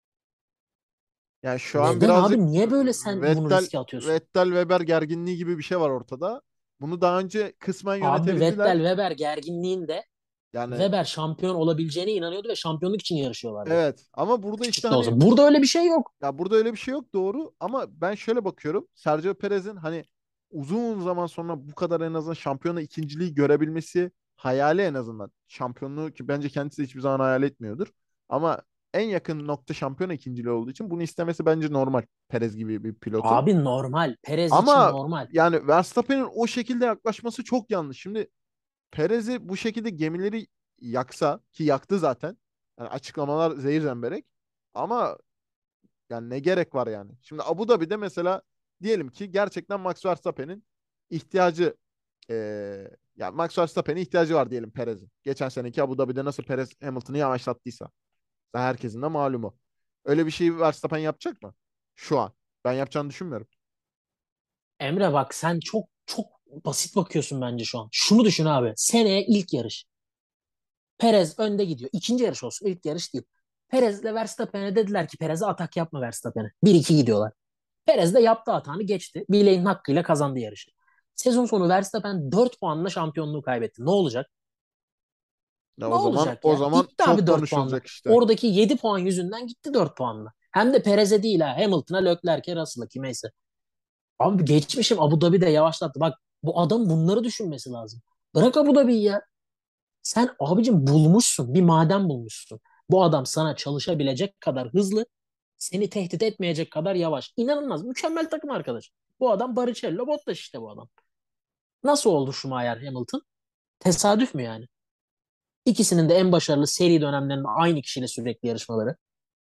Yani şu an Neden birazcık abi? Niye böyle sen bunu Vettel riske atıyorsun? Vettel Weber gerginliği gibi bir şey var ortada. Bunu daha önce kısmen Abi yönetebildiler. Vettel Weber gerginliğinde Yani Weber şampiyon olabileceğine inanıyordu ve şampiyonluk için yarışıyorlardı. evet, ama burada işte Küçük de hani olsa. Burada öyle bir şey yok. ya burada öyle bir şey yok, doğru, ama ben şöyle bakıyorum. Sergio Perez'in hani uzun zaman sonra bu kadar en azından şampiyona ikinciliği görebilmesi hayali, en azından. Şampiyonluğu ki bence kendisi de hiçbir zaman hayal etmiyordur. Ama en yakın nokta şampiyona ikinciliği olduğu için bunu istemesi bence normal. Perez gibi bir pilotun. Abi normal. Perez için Ama normal. yani Verstappen'in o şekilde yaklaşması çok yanlış. Şimdi Perez'i bu şekilde gemileri yaksa, ki yaktı zaten. Yani açıklamalar zehir zemberek. Ama yani ne gerek var yani? Şimdi Abu Dhabi'de mesela diyelim ki gerçekten Max Verstappen'in ihtiyacı yani Max Verstappen'in ihtiyacı var diyelim Perez'in. Geçen seneki Abu Dhabi'de nasıl Perez Hamilton'ı yavaşlattıysa. Herkesin de malumu. Öyle bir şeyi Verstappen yapacak mı? Şu an. Ben yapacağını düşünmüyorum. Emre bak sen çok çok basit bakıyorsun bence şu an. Şunu düşün abi. Seneye ilk yarış. Perez önde gidiyor. İkinci yarış olsun. İlk yarış değil. Perez'le Verstappen'e dediler ki Perez'e atak yapma Verstappen'e. 1-2 gidiyorlar. Perez de yaptı hatanı geçti. Bileğin hakkıyla kazandı yarışı. Sezon sonu Verstappen 4 puanla şampiyonluğu kaybetti. Ne olacak? Ya Ne o zaman olacak o ya? zaman Gitti çok abi 4 puanla. konuşulacak işte. Oradaki 7 puan yüzünden gitti 4 puanla. Hem de Perez'e değil ha. Hamilton'a, Leclerc'e, Russell'a kimeyse. Abi geçmişim Abu Dhabi'de yavaşlattı. Bak bu adam bunları düşünmesi lazım. Bırak Abu Dhabi'yi ya. Sen abicim bulmuşsun. Bir maden bulmuşsun. Bu adam sana çalışabilecek kadar hızlı. Seni tehdit etmeyecek kadar yavaş. İnanılmaz. Mükemmel takım arkadaş. Bu adam Barrichello, Bottas işte bu adam. Nasıl oldu Schumacher Hamilton? Tesadüf mü yani? İkisinin de en başarılı seri dönemlerinde aynı kişiyle sürekli yarışmaları.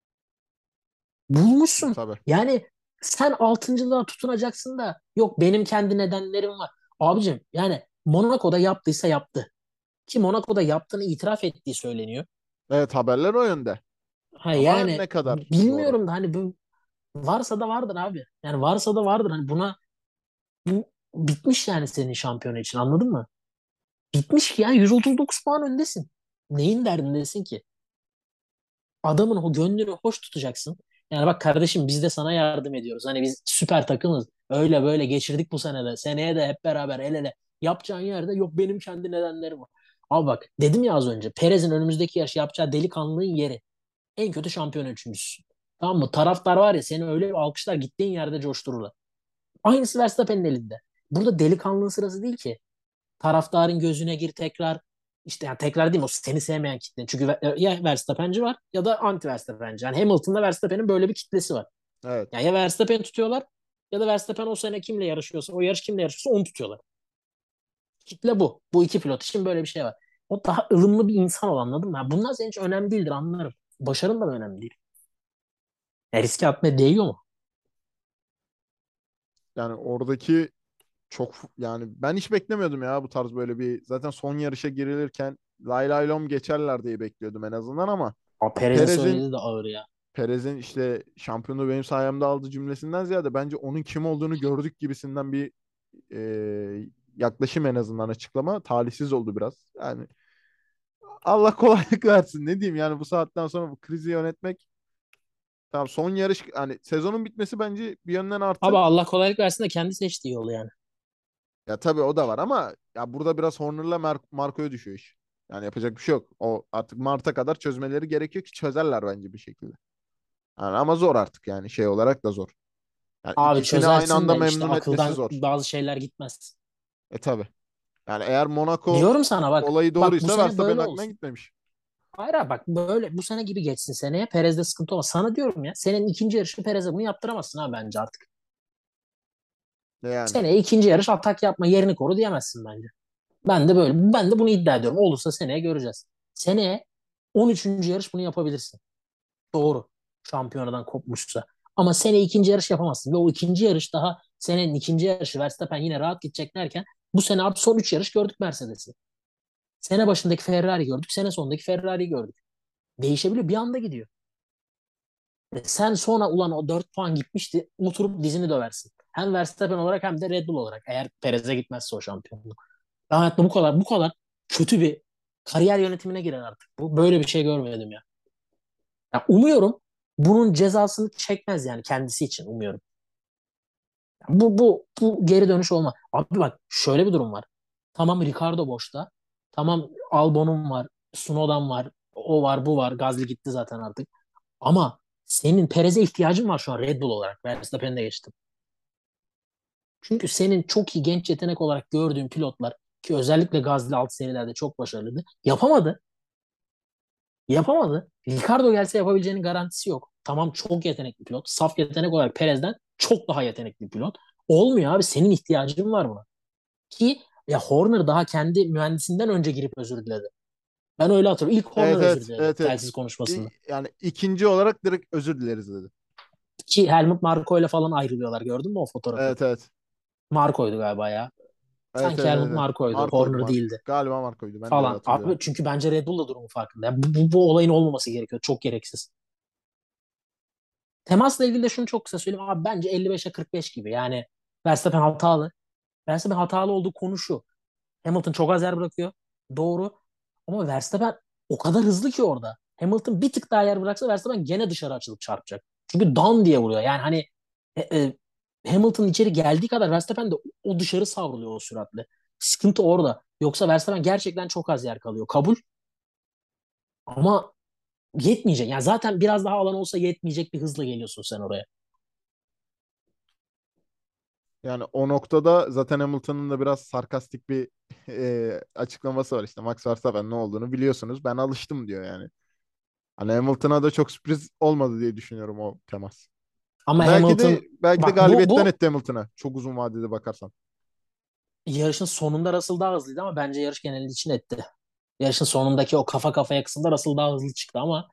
Bulmuşsun. Tabii. Yani sen altıncılığa tutunacaksın da yok benim kendi nedenlerim var. Abicim yani Monaco'da yaptıysa yaptı. Ki Monaco'da yaptığını itiraf ettiği söyleniyor. Evet, haberler o yönde. Ha Ama yani ne kadar doğru? bilmiyorum da hani bu varsa da vardır abi. Yani varsa da vardır. Hani bu bitmiş yani senin şampiyonu için anladın mı? Bitmiş ki ya 139 puan öndesin. Neyin derdindesin ki? Adamın o gönlünü hoş tutacaksın. Yani bak kardeşim biz de sana yardım ediyoruz. Hani biz süper takımız. Öyle böyle geçirdik bu senede. Seneye de hep beraber el ele. Yapacağın yerde yok benim kendi nedenlerim var. Abi bak dedim ya az önce. Perez'in önümüzdeki yaş yapacağı delikanlığın yeri. En kötü şampiyon üçüncüsü. Tamam mı? Taraftar var ya seni öyle bir alkışlar gittiğin yerde coştururlar. Aynısı Verstappen'in elinde. Burada delikanlığın sırası değil ki. Taraftarın gözüne gir tekrar. İşte yani tekrar değil mi? O seni sevmeyen kitle. Çünkü ya Verstappen'ci var ya da anti Verstappen'ci. Yani Hamilton'da Verstappen'in böyle bir kitlesi var. Evet. Yani ya Verstappen'i tutuyorlar ya da Verstappen o sene kimle yarışıyorsa, o yarış kimle yarışıyorsa onu tutuyorlar. Kitle bu. Bu iki pilot için böyle bir şey var. O daha ılımlı bir insan ol anladın mı? Yani bunlar senin için önemli değildir anlarım. Başarın da önemli değil. Riske atmaya değiyor mu? Yani oradaki çok, yani ben hiç beklemiyordum ya bu tarz böyle bir, zaten son yarışa girilirken lay lay lom geçerler diye bekliyordum en azından, ama Aa, ya Perez'in Perez'in söylediği de ağır ya. Perez'in işte şampiyonluğu benim sayemde aldı cümlesinden ziyade bence onun kim olduğunu gördük gibisinden bir yaklaşım, en azından açıklama talihsiz oldu biraz. Yani Allah kolaylık versin, ne diyeyim yani, bu saatten sonra bu krizi yönetmek, tamam son yarış, hani sezonun bitmesi bence bir yönden Abi artı. Allah kolaylık versin de kendi seçtiği yolu yani. Ya tabii o da var, ama ya burada biraz Horner'la Marco'ya düşüyor iş. Yani yapacak bir şey yok. O artık Mart'a kadar çözmeleri gerekiyor ki çözerler bence bir şekilde. Yani ama zor artık, yani şey olarak da zor. Yani Abi ikisini aynı çözersin anda de işte memnun etmesi akıldan zor. bazı şeyler gitmez. Tabii. Yani eğer Monaco Diyorum sana bak. olayı Bak bu doğruysa sene Verstappen'in böyle aklına olsun. gitmemiş. Hayır abi bak böyle bu sene gibi geçsin seneye. Perez'de sıkıntı olmaz. Sana diyorum ya. Senin ikinci yarışı Perez'e bunu yaptıramazsın ha bence artık. Ne yani? Seneye ikinci yarış atak yapma yerini koru diyemezsin bence. Ben de bunu iddia ediyorum. Olursa seneye göreceğiz. Seneye 13. yarış bunu yapabilirsin. Doğru. Şampiyonadan kopmuşsa. Ama sene ikinci yarış yapamazsın. Ve o ikinci yarış daha senenin ikinci yarışı Verstappen yine rahat gidecek derken bu sene abi son 3 yarış gördük Mercedes'i. Sene başındaki Ferrari gördük. Sene sonundaki Ferrari gördük. Değişebiliyor. Bir anda gidiyor. Sen sonra ulan o 4 puan gitmişti. Oturup dizini döversin. Hem Verstappen olarak hem de Red Bull olarak. Eğer Perez'e gitmezse o şampiyonluk. Ben hayatta bu kadar kötü bir kariyer yönetimine girer artık. Böyle bir şey görmedim ya. Ya umuyorum bunun cezasını çekmez yani kendisi için umuyorum. Bu geri dönüş olma. Abi bak şöyle bir durum var. Tamam Ricardo boşta. Tamam Albon'un var. Tsunoda'm var. O var bu var. Gasly gitti zaten artık. Ama senin Perez'e ihtiyacın var şu an Red Bull olarak. Verstappen'e de geçtim. Çünkü senin çok iyi genç yetenek olarak gördüğün pilotlar ki özellikle Gasly alt serilerde çok başarılıydı. Yapamadı. Yapamadı. Ricardo gelse yapabileceğinin garantisi yok. Tamam çok yetenekli pilot. Saf yetenek olarak Perez'den çok daha yetenekli pilot. Olmuyor abi. Senin ihtiyacın var buna. Ki ya Horner daha kendi mühendisinden önce girip özür diledi. Ben öyle hatırlıyorum. İlk Horner Evet, özür evet, diledi evet, evet. telsiz konuşmasında. Yani ikinci olarak direkt özür dileriz dedi. Ki Helmut Marko ile falan ayrılıyorlar. Gördün mü o fotoğrafı? Evet, evet. Marko'ydu galiba ya. Evet, Sanki evet, evet, Helmut evet. Marko'ydu. Marco'ydu, Horner değildi. Galiba Marco'ydu. Ben de öyle Falan. hatırlıyorum. Abi çünkü bence Red Bull da durumun farkında. Ya bu olayın olmaması gerekiyor. Çok gereksiz. Temasla ilgili de şunu çok kısa söyleyeyim. Abi bence 55'e 45 gibi. Yani Verstappen hatalı. Verstappen hatalı olduğu konu şu. Hamilton çok az yer bırakıyor. Doğru. Ama Verstappen o kadar hızlı ki orada. Hamilton bir tık daha yer bıraksa Verstappen gene dışarı açılıp çarpacak. Çünkü down diye vuruyor. Yani hani Hamilton içeri geldiği kadar Verstappen de o dışarı savruluyor o süratle. Sıkıntı orada. Yoksa Verstappen gerçekten çok az yer kalıyor. Kabul. Ama yetmeyecek. Yani zaten biraz daha alan olsa yetmeyecek bir hızla geliyorsun sen oraya. Yani o noktada zaten Hamilton'ın da biraz sarkastik bir açıklaması var işte. Max Verstappen ne olduğunu biliyorsunuz. Ben alıştım diyor yani. Hani Hamilton'a da çok sürpriz olmadı diye düşünüyorum o temas. Ama Belki de Hamilton belki de bak bu galibiyetten bu etti Hamilton'a. Çok uzun vadede bakarsan. yarışın sonunda Russell daha hızlıydı ama bence yarış geneli için etti. Yarışın sonundaki o kafa kafaya kısımda Russell daha hızlı çıktı ama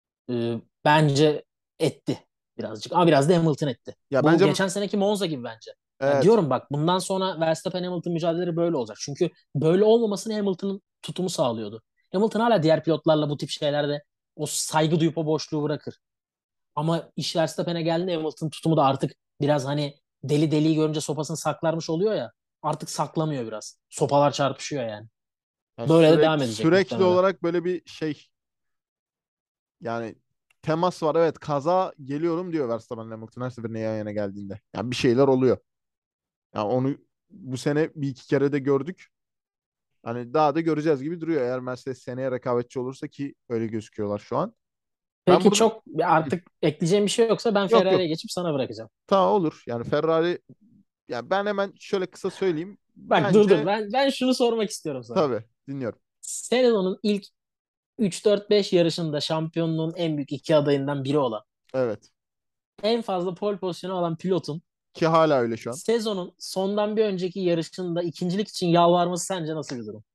bence etti birazcık. Ama biraz da Hamilton etti. Ya Bu bence geçen seneki Monza gibi bence. Ya evet. diyorum bak bundan sonra Verstappen Hamilton mücadeleleri böyle olacak. Çünkü böyle olmamasını Hamilton'ın tutumu sağlıyordu. Hamilton hala diğer pilotlarla bu tip şeylerde o saygı duyup o boşluğu bırakır. Ama iş Verstappen'e geldiğinde Hamilton tutumu da artık biraz hani deli deliyi görünce sopasını saklarmış oluyor ya. Artık saklamıyor biraz. Sopalar çarpışıyor yani. Yani Böyle de devam edecek sürekli muhtemelen. olarak böyle bir şey yani temas var. Evet, kaza geliyorum diyor Verstappen Hamilton her seferinde yan yana geldiğinde. Yani bir şeyler oluyor. Yani onu bu sene bir iki kere de gördük. Hani daha da göreceğiz gibi duruyor. Eğer Mercedes seneye rekabetçi olursa ki öyle gözüküyorlar şu an. Ben Peki burada çok artık ekleyeceğim bir şey yoksa ben yok, Ferrari'ye yok. geçip sana bırakacağım. Tamam, olur. Yani Ferrari, yani ben hemen şöyle kısa söyleyeyim. Bak dur Bence ben şunu sormak istiyorum sana. tabii dinliyorum. Sezonun ilk 3-4-5 yarışında şampiyonluğun en büyük iki adayından biri olan, Evet. en fazla pole pozisyonu alan pilotun Ki hala öyle şu an. sezonun sondan bir önceki yarışında ikincilik için yalvarması sence nasıl bir durum?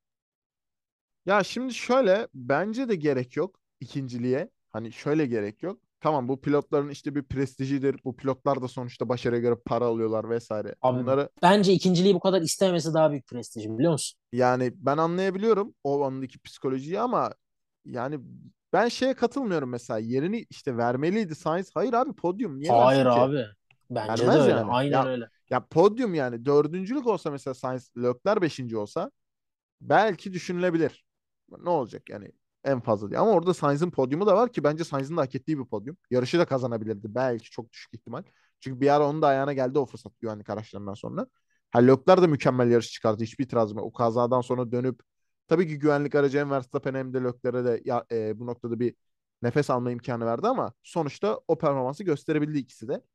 Ya şimdi şöyle bence de gerek yok ikinciliğe. Hani şöyle gerek yok. Tamam, bu pilotların işte bir prestijidir. Bu pilotlar da sonuçta başarıya göre para alıyorlar vesaire. Abi Bunları bence ikinciliği bu kadar istememesi daha büyük prestij biliyor musun? yani ben anlayabiliyorum o andaki psikolojiyi ama yani ben şeye katılmıyorum mesela. Yerini işte vermeliydi Sainz. Hayır abi, podyum niye Hayır versin ki? abi. Bence de Vermez öyle. yani. Aynen öyle. Ya podyum yani dördüncülük olsa mesela Sainz, Leclerc beşinci olsa belki düşünülebilir. Ne olacak yani en fazla diye. Ama orada Sainz'in podyumu da var ki bence Sainz'in de hak ettiği bir podyum. Yarışı da kazanabilirdi. Belki çok düşük ihtimal. Çünkü bir ara onun da ayağına geldi o fırsat güvenlik araçlarından sonra. Ha, Leclerc de mükemmel yarış çıkardı. Hiçbir itirazım yok. O kazadan sonra dönüp tabii ki güvenlik aracı hem Verstappen'e hem de Leclerc'e de bu noktada bir nefes alma imkanı verdi ama sonuçta o performansı gösterebildi ikisi de.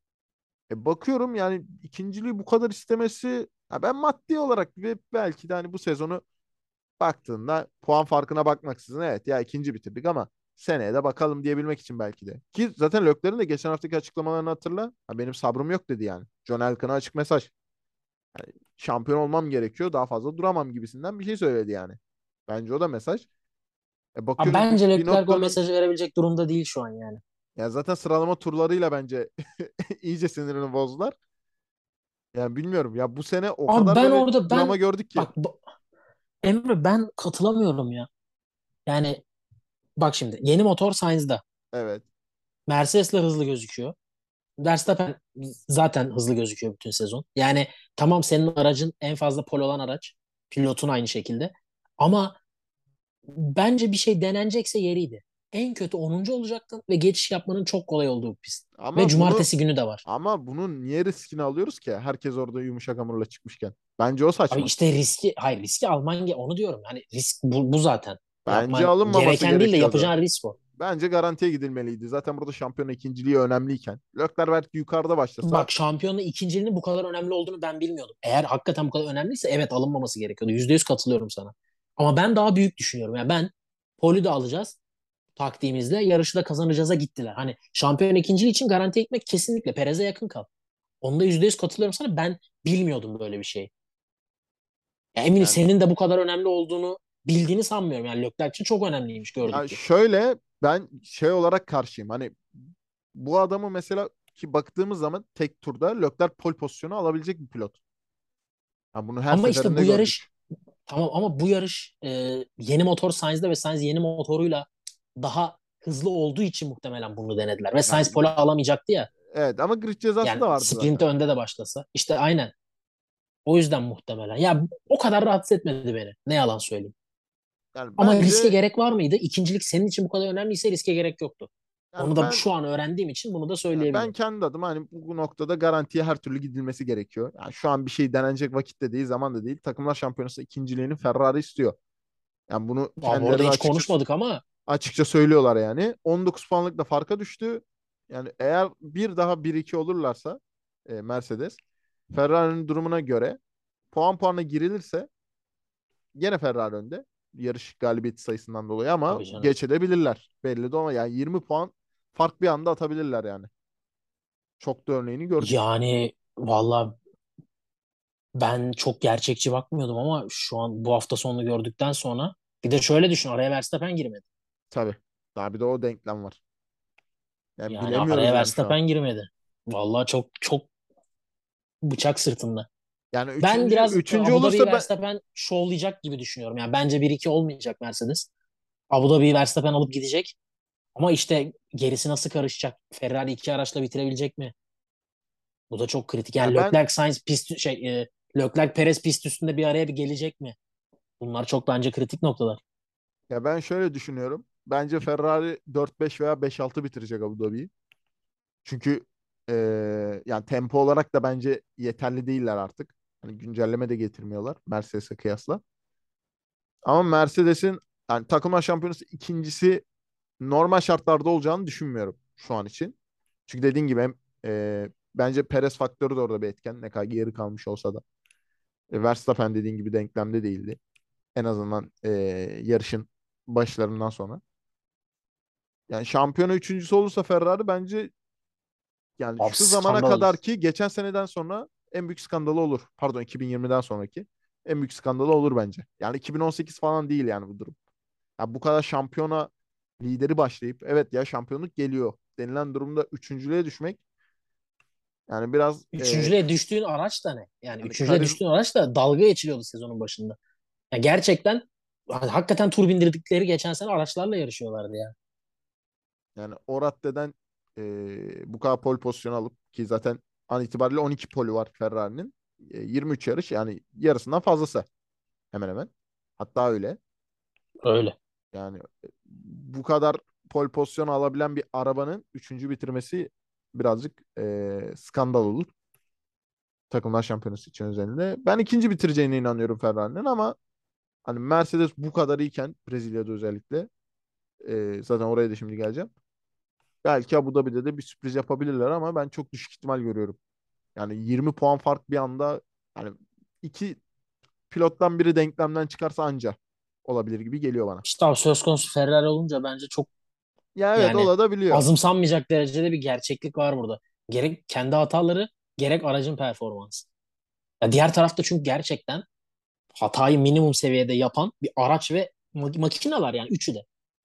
Bakıyorum yani ikinciliği bu kadar istemesi, ha ben maddi olarak ve belki de hani bu sezonu baktığında puan farkına bakmaksızın evet ya ikinci bitirdik ama seneye de bakalım diyebilmek için belki de. Ki zaten Leclerc'in de geçen haftaki açıklamalarını hatırla. Ha, benim sabrım yok dedi yani. John Elkan'a açık mesaj. Yani şampiyon olmam gerekiyor, daha fazla duramam gibisinden bir şey söyledi yani. Bence o da mesaj. Abi Bakıyoruz bence Leclerc o Binotto'nun mesajı verebilecek durumda değil şu an yani. Yani zaten sıralama turlarıyla bence iyice sinirini bozdular. Yani bilmiyorum ya, bu sene o Abi kadar ben böyle orada drama ben gördük ki. bak Emre, ben katılamıyorum ya. Yani bak şimdi yeni motor Sainz'da. Evet. Mercedes'le hızlı gözüküyor. Verstappen zaten hızlı gözüküyor bütün sezon. Yani tamam, senin aracın en fazla pole olan araç. Pilotun aynı şekilde. Ama bence bir şey denenecekse yeriydi. En kötü 10. olacaktın ve geçiş yapmanın çok kolay olduğu bir pist. Ve Ama bunu cumartesi günü de var. ama bunun niye riskini alıyoruz ki? Herkes orada yumuşak hamurla çıkmışken. Bence o Abi saçma. işte hayır, riski alman onu diyorum. Hani risk bu zaten. Bence Yapman alınmaması gereken değil de gerekiyordu. yapacağın risk o. Bence garantiye gidilmeliydi. Zaten burada şampiyon ikinciliği önemliyken. Leclerc belki yukarıda başlasa, Bak, şampiyonla ikinciliğinin bu kadar önemli olduğunu ben bilmiyordum. Eğer hakikaten bu kadar önemliyse evet, alınmaması gerekiyordu. %100 katılıyorum sana. Ama ben daha büyük düşünüyorum. Yani ben poli de alacağız taktiğimizle, yarışı da kazanacağıza gittiler. Hani şampiyon ikinciliği için garanti etmek kesinlikle Perez'e yakın kal. Onda %100 katılıyorum sana. Ben bilmiyordum böyle bir şey. Ya eminim yani senin de bu kadar önemli olduğunu bildiğini sanmıyorum. Yani Leclerc için çok önemliymiş ya gördük ki. şöyle, ben şey olarak karşıyım. Hani bu adamı mesela, ki baktığımız zaman tek turda Leclerc pole pozisyonu alabilecek bir pilot. Yani bunu her Ama işte seferinde bu gördük. yarış tamam, ama bu yarış yeni motor Sainz'de ve Sainz yeni motoruyla daha hızlı olduğu için muhtemelen bunu denediler. Ve Sainz Yani pole alamayacaktı ya. evet, ama grid cezası Yani da vardı sprinte zaten. önde de başlasa. İşte aynen. O yüzden muhtemelen. Ya o kadar rahatsız etmedi beni. Ne yalan söyleyeyim. Yani Ama riske bence gerek var mıydı? İkincilik senin için bu kadar önemliyse riske gerek yoktu. Onu yani da ben şu an öğrendiğim için bunu da ben söyleyebilirim. kendi adıma hani bu noktada garantiye her türlü gidilmesi gerekiyor. Yani şu an bir şey denenecek vakit de değil, zaman da değil. Takımlar Şampiyonası ikinciliğini Ferrari istiyor. Yani bunu Abi orada kendileri de hiç konuşmadık ama açıkça söylüyorlar yani. 19 puanlık da farka düştü. Yani eğer bir daha 1-2 olurlarsa Mercedes, Ferrari'nin durumuna göre puan puana girilirse gene Ferrari önde. Yarış galibiyeti sayısından dolayı, ama tabii canım. geçebilirler. Belli de, ama yani 20 puan fark bir anda atabilirler yani. Çok da örneğini gördük. Yani valla ben çok gerçekçi bakmıyordum ama şu an bu hafta sonunu gördükten sonra bir de şöyle düşün, araya Verstappen girmedi. Tabii. Daha bir de o denklem var. Yani Yani bilemiyoruz araya yani şu an. Verstappen girmedi. Vallahi çok çok bıçak sırtında. Yani Ben üçüncü, biraz üçüncü Abu Dhabi olursa ben, Verstappen şovlayacak gibi düşünüyorum. Yani bence 1-2 olmayacak Mercedes. Abu Dhabi Verstappen alıp gidecek. Ama işte gerisi nasıl karışacak? Ferrari iki araçla bitirebilecek mi? Bu da çok kritik. ya Yani ben Leclerc Sainz Leclerc Perez pist üstünde bir araya bir gelecek mi? Bunlar çok bence kritik noktalar. ya ben şöyle düşünüyorum. Bence Ferrari 4-5 veya 5-6 bitirecek Abu Dhabi'yi. Çünkü yani tempo olarak da bence yeterli değiller artık. Hani güncelleme de getirmiyorlar Mercedes'e kıyasla. Ama Mercedes'in yani takımlar şampiyonası ikincisi normal şartlarda olacağını düşünmüyorum şu an için. Çünkü dediğin gibi hem bence Perez faktörü de orada bir etken. Ne kadar geri kalmış olsa da. Verstappen dediğin gibi denklemde değildi. En azından yarışın başlarından sonra. Yani şampiyona üçüncüsü olursa Ferrari, bence yani Abi şu zamana skandal olur. kadar ki geçen seneden sonra en büyük skandalı olur. Pardon, 2020'den sonraki en büyük skandalı olur bence. Yani 2018 falan değil yani bu durum. Ya bu kadar şampiyona lideri başlayıp evet ya şampiyonluk geliyor denilen durumda üçüncülüğe düşmek, yani biraz Üçüncülüğe düştüğün araç da ne? Yani yani üçüncülüğe düştüğün araç da dalga geçiliyordu sezonun başında. Ya gerçekten hakikaten tur bindirdikleri geçen sene araçlarla yarışıyorlardı ya. yani o raddeden bu kadar pole pozisyonu alıp, ki zaten an itibariyle 12 poli var Ferrari'nin. 23 yarış, yani yarısından fazlası hemen hemen. Hatta öyle. Öyle. Yani bu kadar pole pozisyonu alabilen bir arabanın üçüncü bitirmesi birazcık skandal olur. Takımlar Şampiyonası için özelinde. Ben ikinci bitireceğine inanıyorum Ferrari'nin, ama hani Mercedes bu kadar iyiken Brezilya'da özellikle, zaten oraya da şimdi geleceğim. Belki Abu Dhabi'de de bir sürpriz yapabilirler, ama ben çok düşük ihtimal görüyorum. Yani 20 puan fark bir anda, yani iki pilottan biri denklemden çıkarsa anca olabilir gibi geliyor bana. İşte abi söz konusu Ferrari olunca bence çok Ya evet, yani olabiliyor. azımsanmayacak derecede bir gerçeklik var burada. Gerek kendi hataları gerek aracın performansı. Ya diğer tarafta çünkü gerçekten hatayı minimum seviyede yapan bir araç ve makineler, yani üçü de.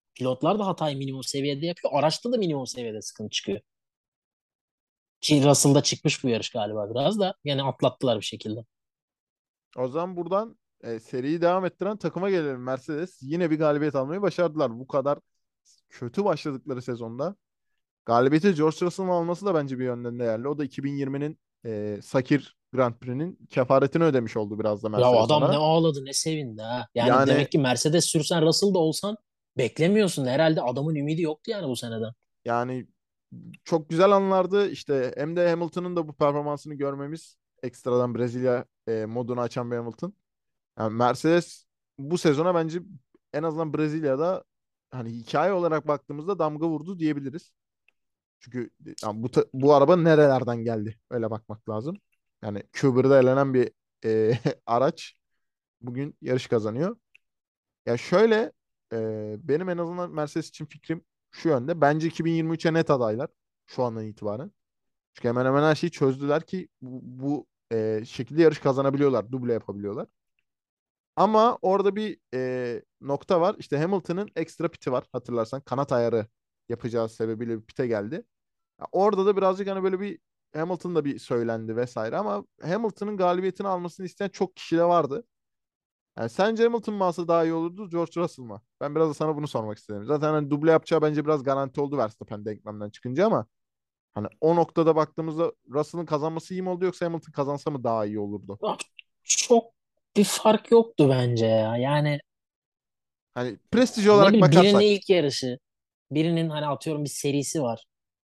Pilotlar da hatayı minimum seviyede yapıyor. Araçta da minimum seviyede sıkıntı çıkıyor. Ki Russell'da çıkmış bu yarış galiba biraz da. Yani atlattılar bir şekilde. O zaman buradan seriyi devam ettiren takıma gelelim. Mercedes yine bir galibiyet almayı başardılar. Bu kadar kötü başladıkları sezonda. Galibiyeti George Russell'ın alması da bence bir yönden değerli. O da 2020'nin Sakir Grand Prix'nin kefaretini ödemiş oldu biraz da Ya Mercedes adam ne ona. ağladı ne sevindi ha. Yani Yani demek ki Mercedes sürsen Russell'da olsan beklemiyorsun. Herhalde adamın ümidi yoktu yani bu seneden. yani çok güzel anlardı. İşte hem de Hamilton'ın da bu performansını görmemiz ekstradan Brezilya modunu açan bir Hamilton. Yani Mercedes bu sezona bence en azından Brezilya'da hani hikaye olarak baktığımızda damga vurdu diyebiliriz. Çünkü yani bu araba nerelerden geldi? Öyle bakmak lazım. Yani Q1'de elenen bir araç bugün yarış kazanıyor. Ya şöyle benim en azından Mercedes için fikrim şu yönde. Bence 2023'e net adaylar şu andan itibaren. Çünkü hemen hemen her şeyi çözdüler ki bu şekilde yarış kazanabiliyorlar. Duble yapabiliyorlar. Ama orada bir nokta var. İşte Hamilton'ın ekstra piti var. Hatırlarsan kanat ayarı yapacağı sebebiyle bir pite geldi. Ya orada da birazcık hani böyle bir Hamilton da bir söylendi vesaire ama Hamilton'ın galibiyetini almasını isteyen çok kişi de vardı. Yani sence Hamilton mı alsa daha iyi olurdu, George Russell mı? Ben biraz da sana bunu sormak istedim. Zaten hani duble yapacağı bence biraz garanti oldu Verstappen denklemden çıkınca ama hani o noktada baktığımızda Russell'ın kazanması iyi mi oldu yoksa Hamilton kazansa mı daha iyi olurdu? Bak, çok bir fark yoktu bence ya. Yani Hani prestij ne olarak bileyim birinin bakarsak. ilk yarışı, birinin hani atıyorum bir serisi var.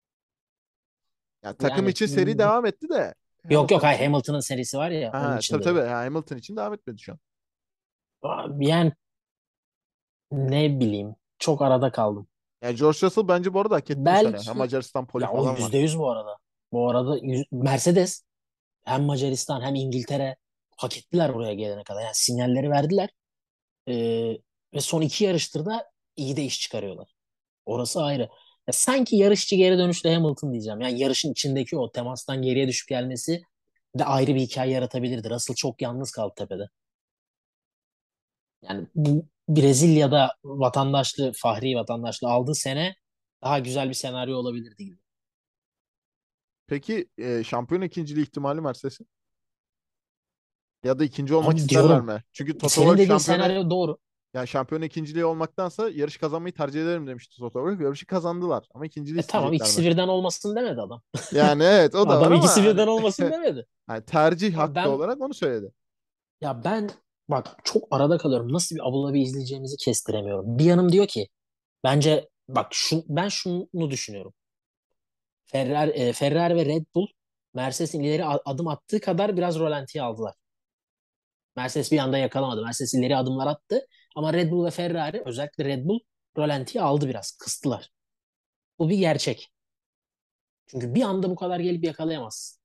Ya takım Yani için seri devam etti de yok yok Hamilton hayır için. Hamilton'ın serisi var ya onun Ha, için tabii tabii. dedim. Ha, Hamilton için devam etmedi şu an. Yani ne bileyim çok arada kaldım. Yani George Russell bence bu arada hak etti bu sene. Ha, Belki Macaristan poli ya o falan var. %100 bu arada. Bu arada Mercedes hem Macaristan hem İngiltere hak ettiler buraya gelene kadar. Yani sinyalleri verdiler. Ee, ve son iki yarıştır da iyi de iş çıkarıyorlar. Orası ayrı. Ya sanki yarışçı geri dönüşle Hamilton diyeceğim. Yani yarışın içindeki o temastan geriye düşüp gelmesi de ayrı bir hikaye yaratabilirdi. Russell çok yalnız kaldı tepede. Yani bu Brezilya'da vatandaşlığı, fahri vatandaşlığı aldığı sene daha güzel bir senaryo olabilirdi gibi. Peki şampiyon ikinciliği ihtimali Mercedes'in? Ya da ikinci olmak Ama isterler diyorum mi? Çünkü Toto senin Wolff dediğin şampiyona senaryo doğru. yani şampiyon ikinciliği olmaktansa yarış kazanmayı tercih ederim demişti Toto Wolff. Yarışı kazandılar ama ikinciliği Tamam isteyecekler ikisi mi? birden olmasın demedi adam. Yani evet o da var Adam ama ikisi hani birden olmasın demedi. hani tercih Ama hakkı ben olarak onu söyledi. ya ben bak çok arada kalıyorum. Nasıl bir Abu Dhabi izleyeceğimizi kestiremiyorum. Bir yanım diyor ki bence bak ben şunu düşünüyorum. Ferrari ve Red Bull Mercedes'in ileri adım attığı kadar biraz rolantiye aldılar. Mercedes bir anda yakalamadı. Mercedes ileri adımlar attı ama Red Bull ve Ferrari özellikle Red Bull rolantiye aldı biraz. Kıstılar. Bu bir gerçek. Çünkü bir anda bu kadar gelip yakalayamazsın.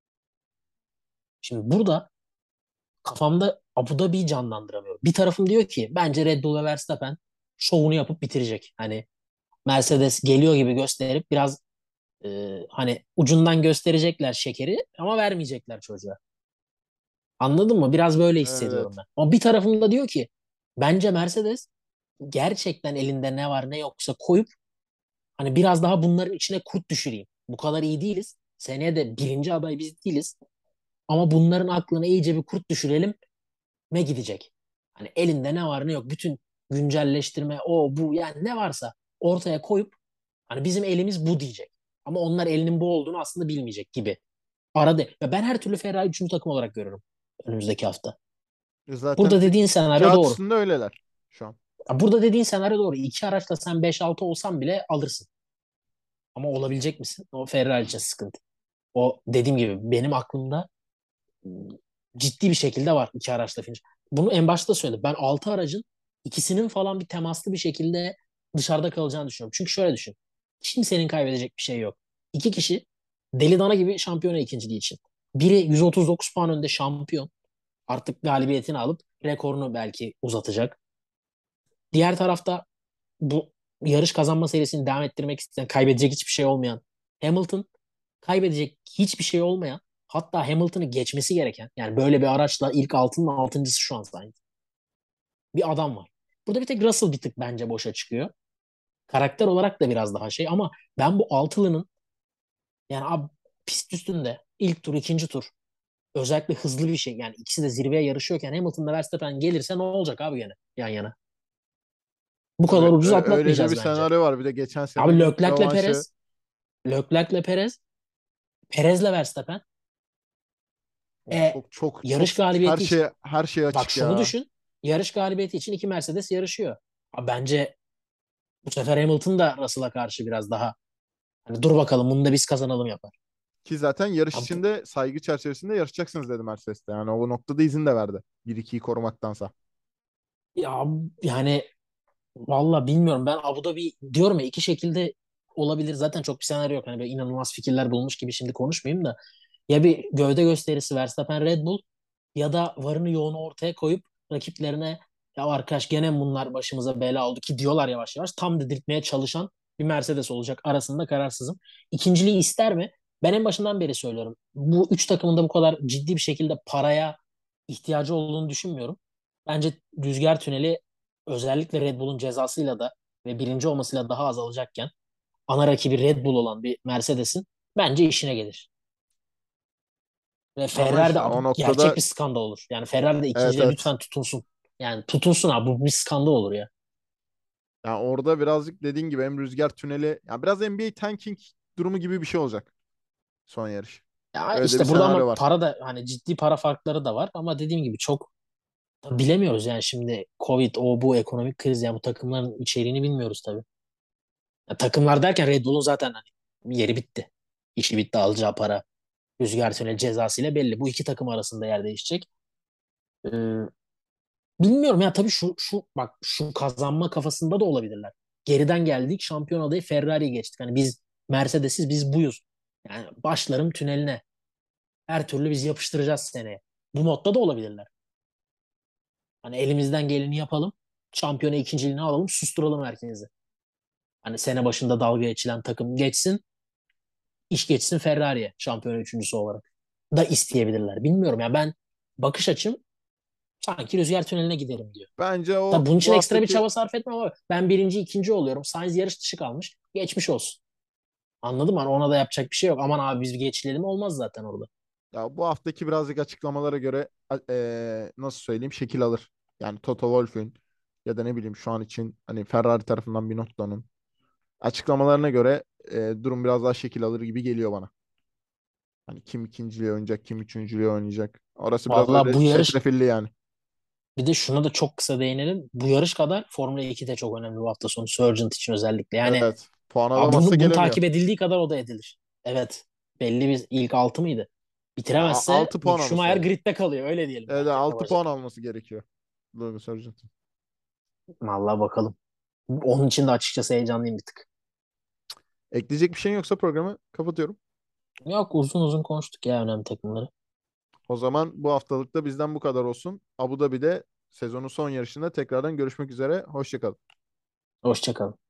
Şimdi burada kafamda Abu Dhabi'yi canlandıramıyorum. Bir tarafım diyor ki bence Red Bull ve Verstappen şovunu yapıp bitirecek. Hani Mercedes geliyor gibi gösterip biraz hani ucundan gösterecekler şekeri ama vermeyecekler çocuğa. Anladın mı? Biraz böyle hissediyorum Evet. ben. Ama bir tarafım da diyor ki bence Mercedes gerçekten elinde ne var ne yoksa koyup hani biraz daha bunların içine kurt düşüreyim. Bu kadar iyi değiliz. Seneye de birinci aday biz değiliz. Ama bunların aklına iyice bir kurt düşürelim me gidecek. Hani elinde ne var ne yok bütün güncelleştirme o bu yani ne varsa ortaya koyup hani bizim elimiz bu diyecek. Ama onlar elinin bu olduğunu aslında bilmeyecek gibi. Arada ya ben her türlü Ferrari üçüncü takım olarak görüyorum önümüzdeki hafta. Zaten Burada dediğin senaryo kağıt doğru. üstünde öyleler şu an. Ya burada dediğin senaryo doğru. İki araçla sen beş altı olsan bile alırsın. Ama olabilecek misin? O Ferrari için sıkıntı. O dediğim gibi benim aklımda ciddi bir şekilde var iki araçla finish. Bunu en başta söyledim. Ben 6 aracın ikisinin falan bir temaslı bir şekilde dışarıda kalacağını düşünüyorum. Çünkü şöyle düşün. Kimsenin kaybedecek bir şey yok. İki kişi deli dana gibi şampiyona ikinciliği için. Biri 139 puan önde şampiyon. Artık galibiyetini alıp rekorunu belki uzatacak. Diğer tarafta bu yarış kazanma serisini devam ettirmek isteyen, kaybedecek hiçbir şey olmayan Hamilton, kaybedecek hiçbir şey olmayan, hatta Hamilton'ı geçmesi gereken, yani böyle bir araçla ilk altının altıncısı şu an Sainz. Bir adam var. Burada bir tek Russell bir tık bence boşa çıkıyor. Karakter olarak da biraz daha şey ama ben bu altılının yani abi pist üstünde ilk tur, ikinci tur özellikle hızlı bir şey. Yani ikisi de zirveye yarışıyorken Hamilton'la Verstappen gelirse ne olacak abi gene yan yana? Bu kadar ucuz Öyle de bir atlatmayacağız bence. senaryo var. Bir de geçen Abi senenin rövanşı. Leclerc'le Perez, Perez'le Verstappen. O E, çok yarış galibiyeti için her şey bak açık şunu ya. düşün. Yarış galibiyeti için iki Mercedes yarışıyor. Abi bence bu sefer Hamilton da Russell'a karşı biraz daha hani dur bakalım bunu da biz kazanalım yapar. Ki zaten yarış Abi, içinde saygı çerçevesinde yarışacaksınız dedi Mercedes'te. Yani o noktada izin de verdi. 1-2'yi korumaktansa. ya yani valla bilmiyorum ben Abu Dhabi diyorum ya iki şekilde olabilir. Zaten çok bir senaryo yok. Hani böyle inanılmaz fikirler bulmuş gibi şimdi konuşmayayım da. Ya bir gövde gösterisi Verstappen Red Bull ya da varını yoğunu ortaya koyup rakiplerine ya arkadaş gene bunlar başımıza bela oldu ki diyorlar yavaş yavaş. Tam dedirtmeye çalışan bir Mercedes olacak. Arasında kararsızım. İkinciliği ister mi? Ben en başından beri söylüyorum. Bu üç takımın da bu kadar ciddi bir şekilde paraya ihtiyacı olduğunu düşünmüyorum. Bence rüzgar tüneli özellikle Red Bull'un cezasıyla da ve birinci olmasıyla daha az alacakken ana rakibi Red Bull olan bir Mercedes'in bence işine gelir. Ve Ama Ferrari de işte abi o noktada gerçek bir skandal olur. Yani Ferrari de evet, ikinciliğe evet. lütfen tutunsun. Yani tutunsun abi bu bir skandal olur ya. Yani orada birazcık dediğin gibi hem rüzgar tüneli, yani biraz NBA tanking durumu gibi bir şey olacak son yarış. Ya Öyle de bir işte burada senaryo ama var. para da hani ciddi para farkları da var ama dediğim gibi çok bilemiyoruz yani şimdi Covid o bu ekonomik kriz yani bu takımların içeriğini bilmiyoruz tabii. Ya takımlar derken Red Bull'un zaten hani yeri bitti. İşi bitti alacağı para. Rüzgar tüneli cezasıyla belli. Bu iki takım arasında yer değişecek. Ee, bilmiyorum ya tabii şu bak şu kazanma kafasında da olabilirler. Geriden geldik şampiyon adayı Ferrari'ye geçtik. Hani biz Mercedes'iz biz buyuz. Yani başlarım tüneline. Her türlü biz yapıştıracağız seneye. Bu modda da olabilirler. Hani elimizden geleni yapalım. Şampiyona ikinciliğini alalım. Susturalım herkesi. Hani sene başında dalga geçilen takım geçsin. İş geçsin Ferrari'ye şampiyona üçüncüsü olarak. Da isteyebilirler. Bilmiyorum ya ben bakış açım sanki rüzgar tüneline giderim diyor. Bence o Tabii bunun için bu ekstra bir haftaki, çaba sarf etmem ama ben birinci, ikinci oluyorum. Sainz yarış dışı kalmış. Geçmiş olsun. Anladım hani ona da yapacak bir şey yok. Aman abi biz bir geçilelim olmaz zaten orada. ya bu haftaki birazcık açıklamalara göre nasıl söyleyeyim, şekil alır. Yani Toto Wolff'ün ya da ne bileyim şu an için hani Ferrari tarafından Binotto'nun açıklamalarına göre durum biraz daha şekil alır gibi geliyor bana. Hani kim ikinciliği oynayacak, kim üçüncülüğü oynayacak. Orası biraz Vallahi öyle bu yarış çetrefilli yani. bir de şuna da çok kısa değinelim. Bu yarış kadar Formula 2 de çok önemli bu hafta sonu. Sargent için özellikle. Yani Evet. Puan abi alamazsa bunu gelemiyor. takip edildiği kadar o da edilir. Evet. Belli bir ilk 6 mıydı? Ya, Bitiremezse 6 puan Mick alması Schumacher lazım. gridde kalıyor. Öyle diyelim Evet, bence 6 kabaca. puan alması gerekiyor. Logan Sargent'ın. Vallahi bakalım. Onun için de açıkçası heyecanlıyım bir tık. Ekleyecek bir şeyin yoksa programı kapatıyorum. Yok uzun uzun konuştuk ya önemli takımları. O zaman bu haftalıkta bizden bu kadar olsun. Abu Dhabi'de sezonun son yarışında tekrardan görüşmek üzere. Hoşça kalın. Hoşça kalın.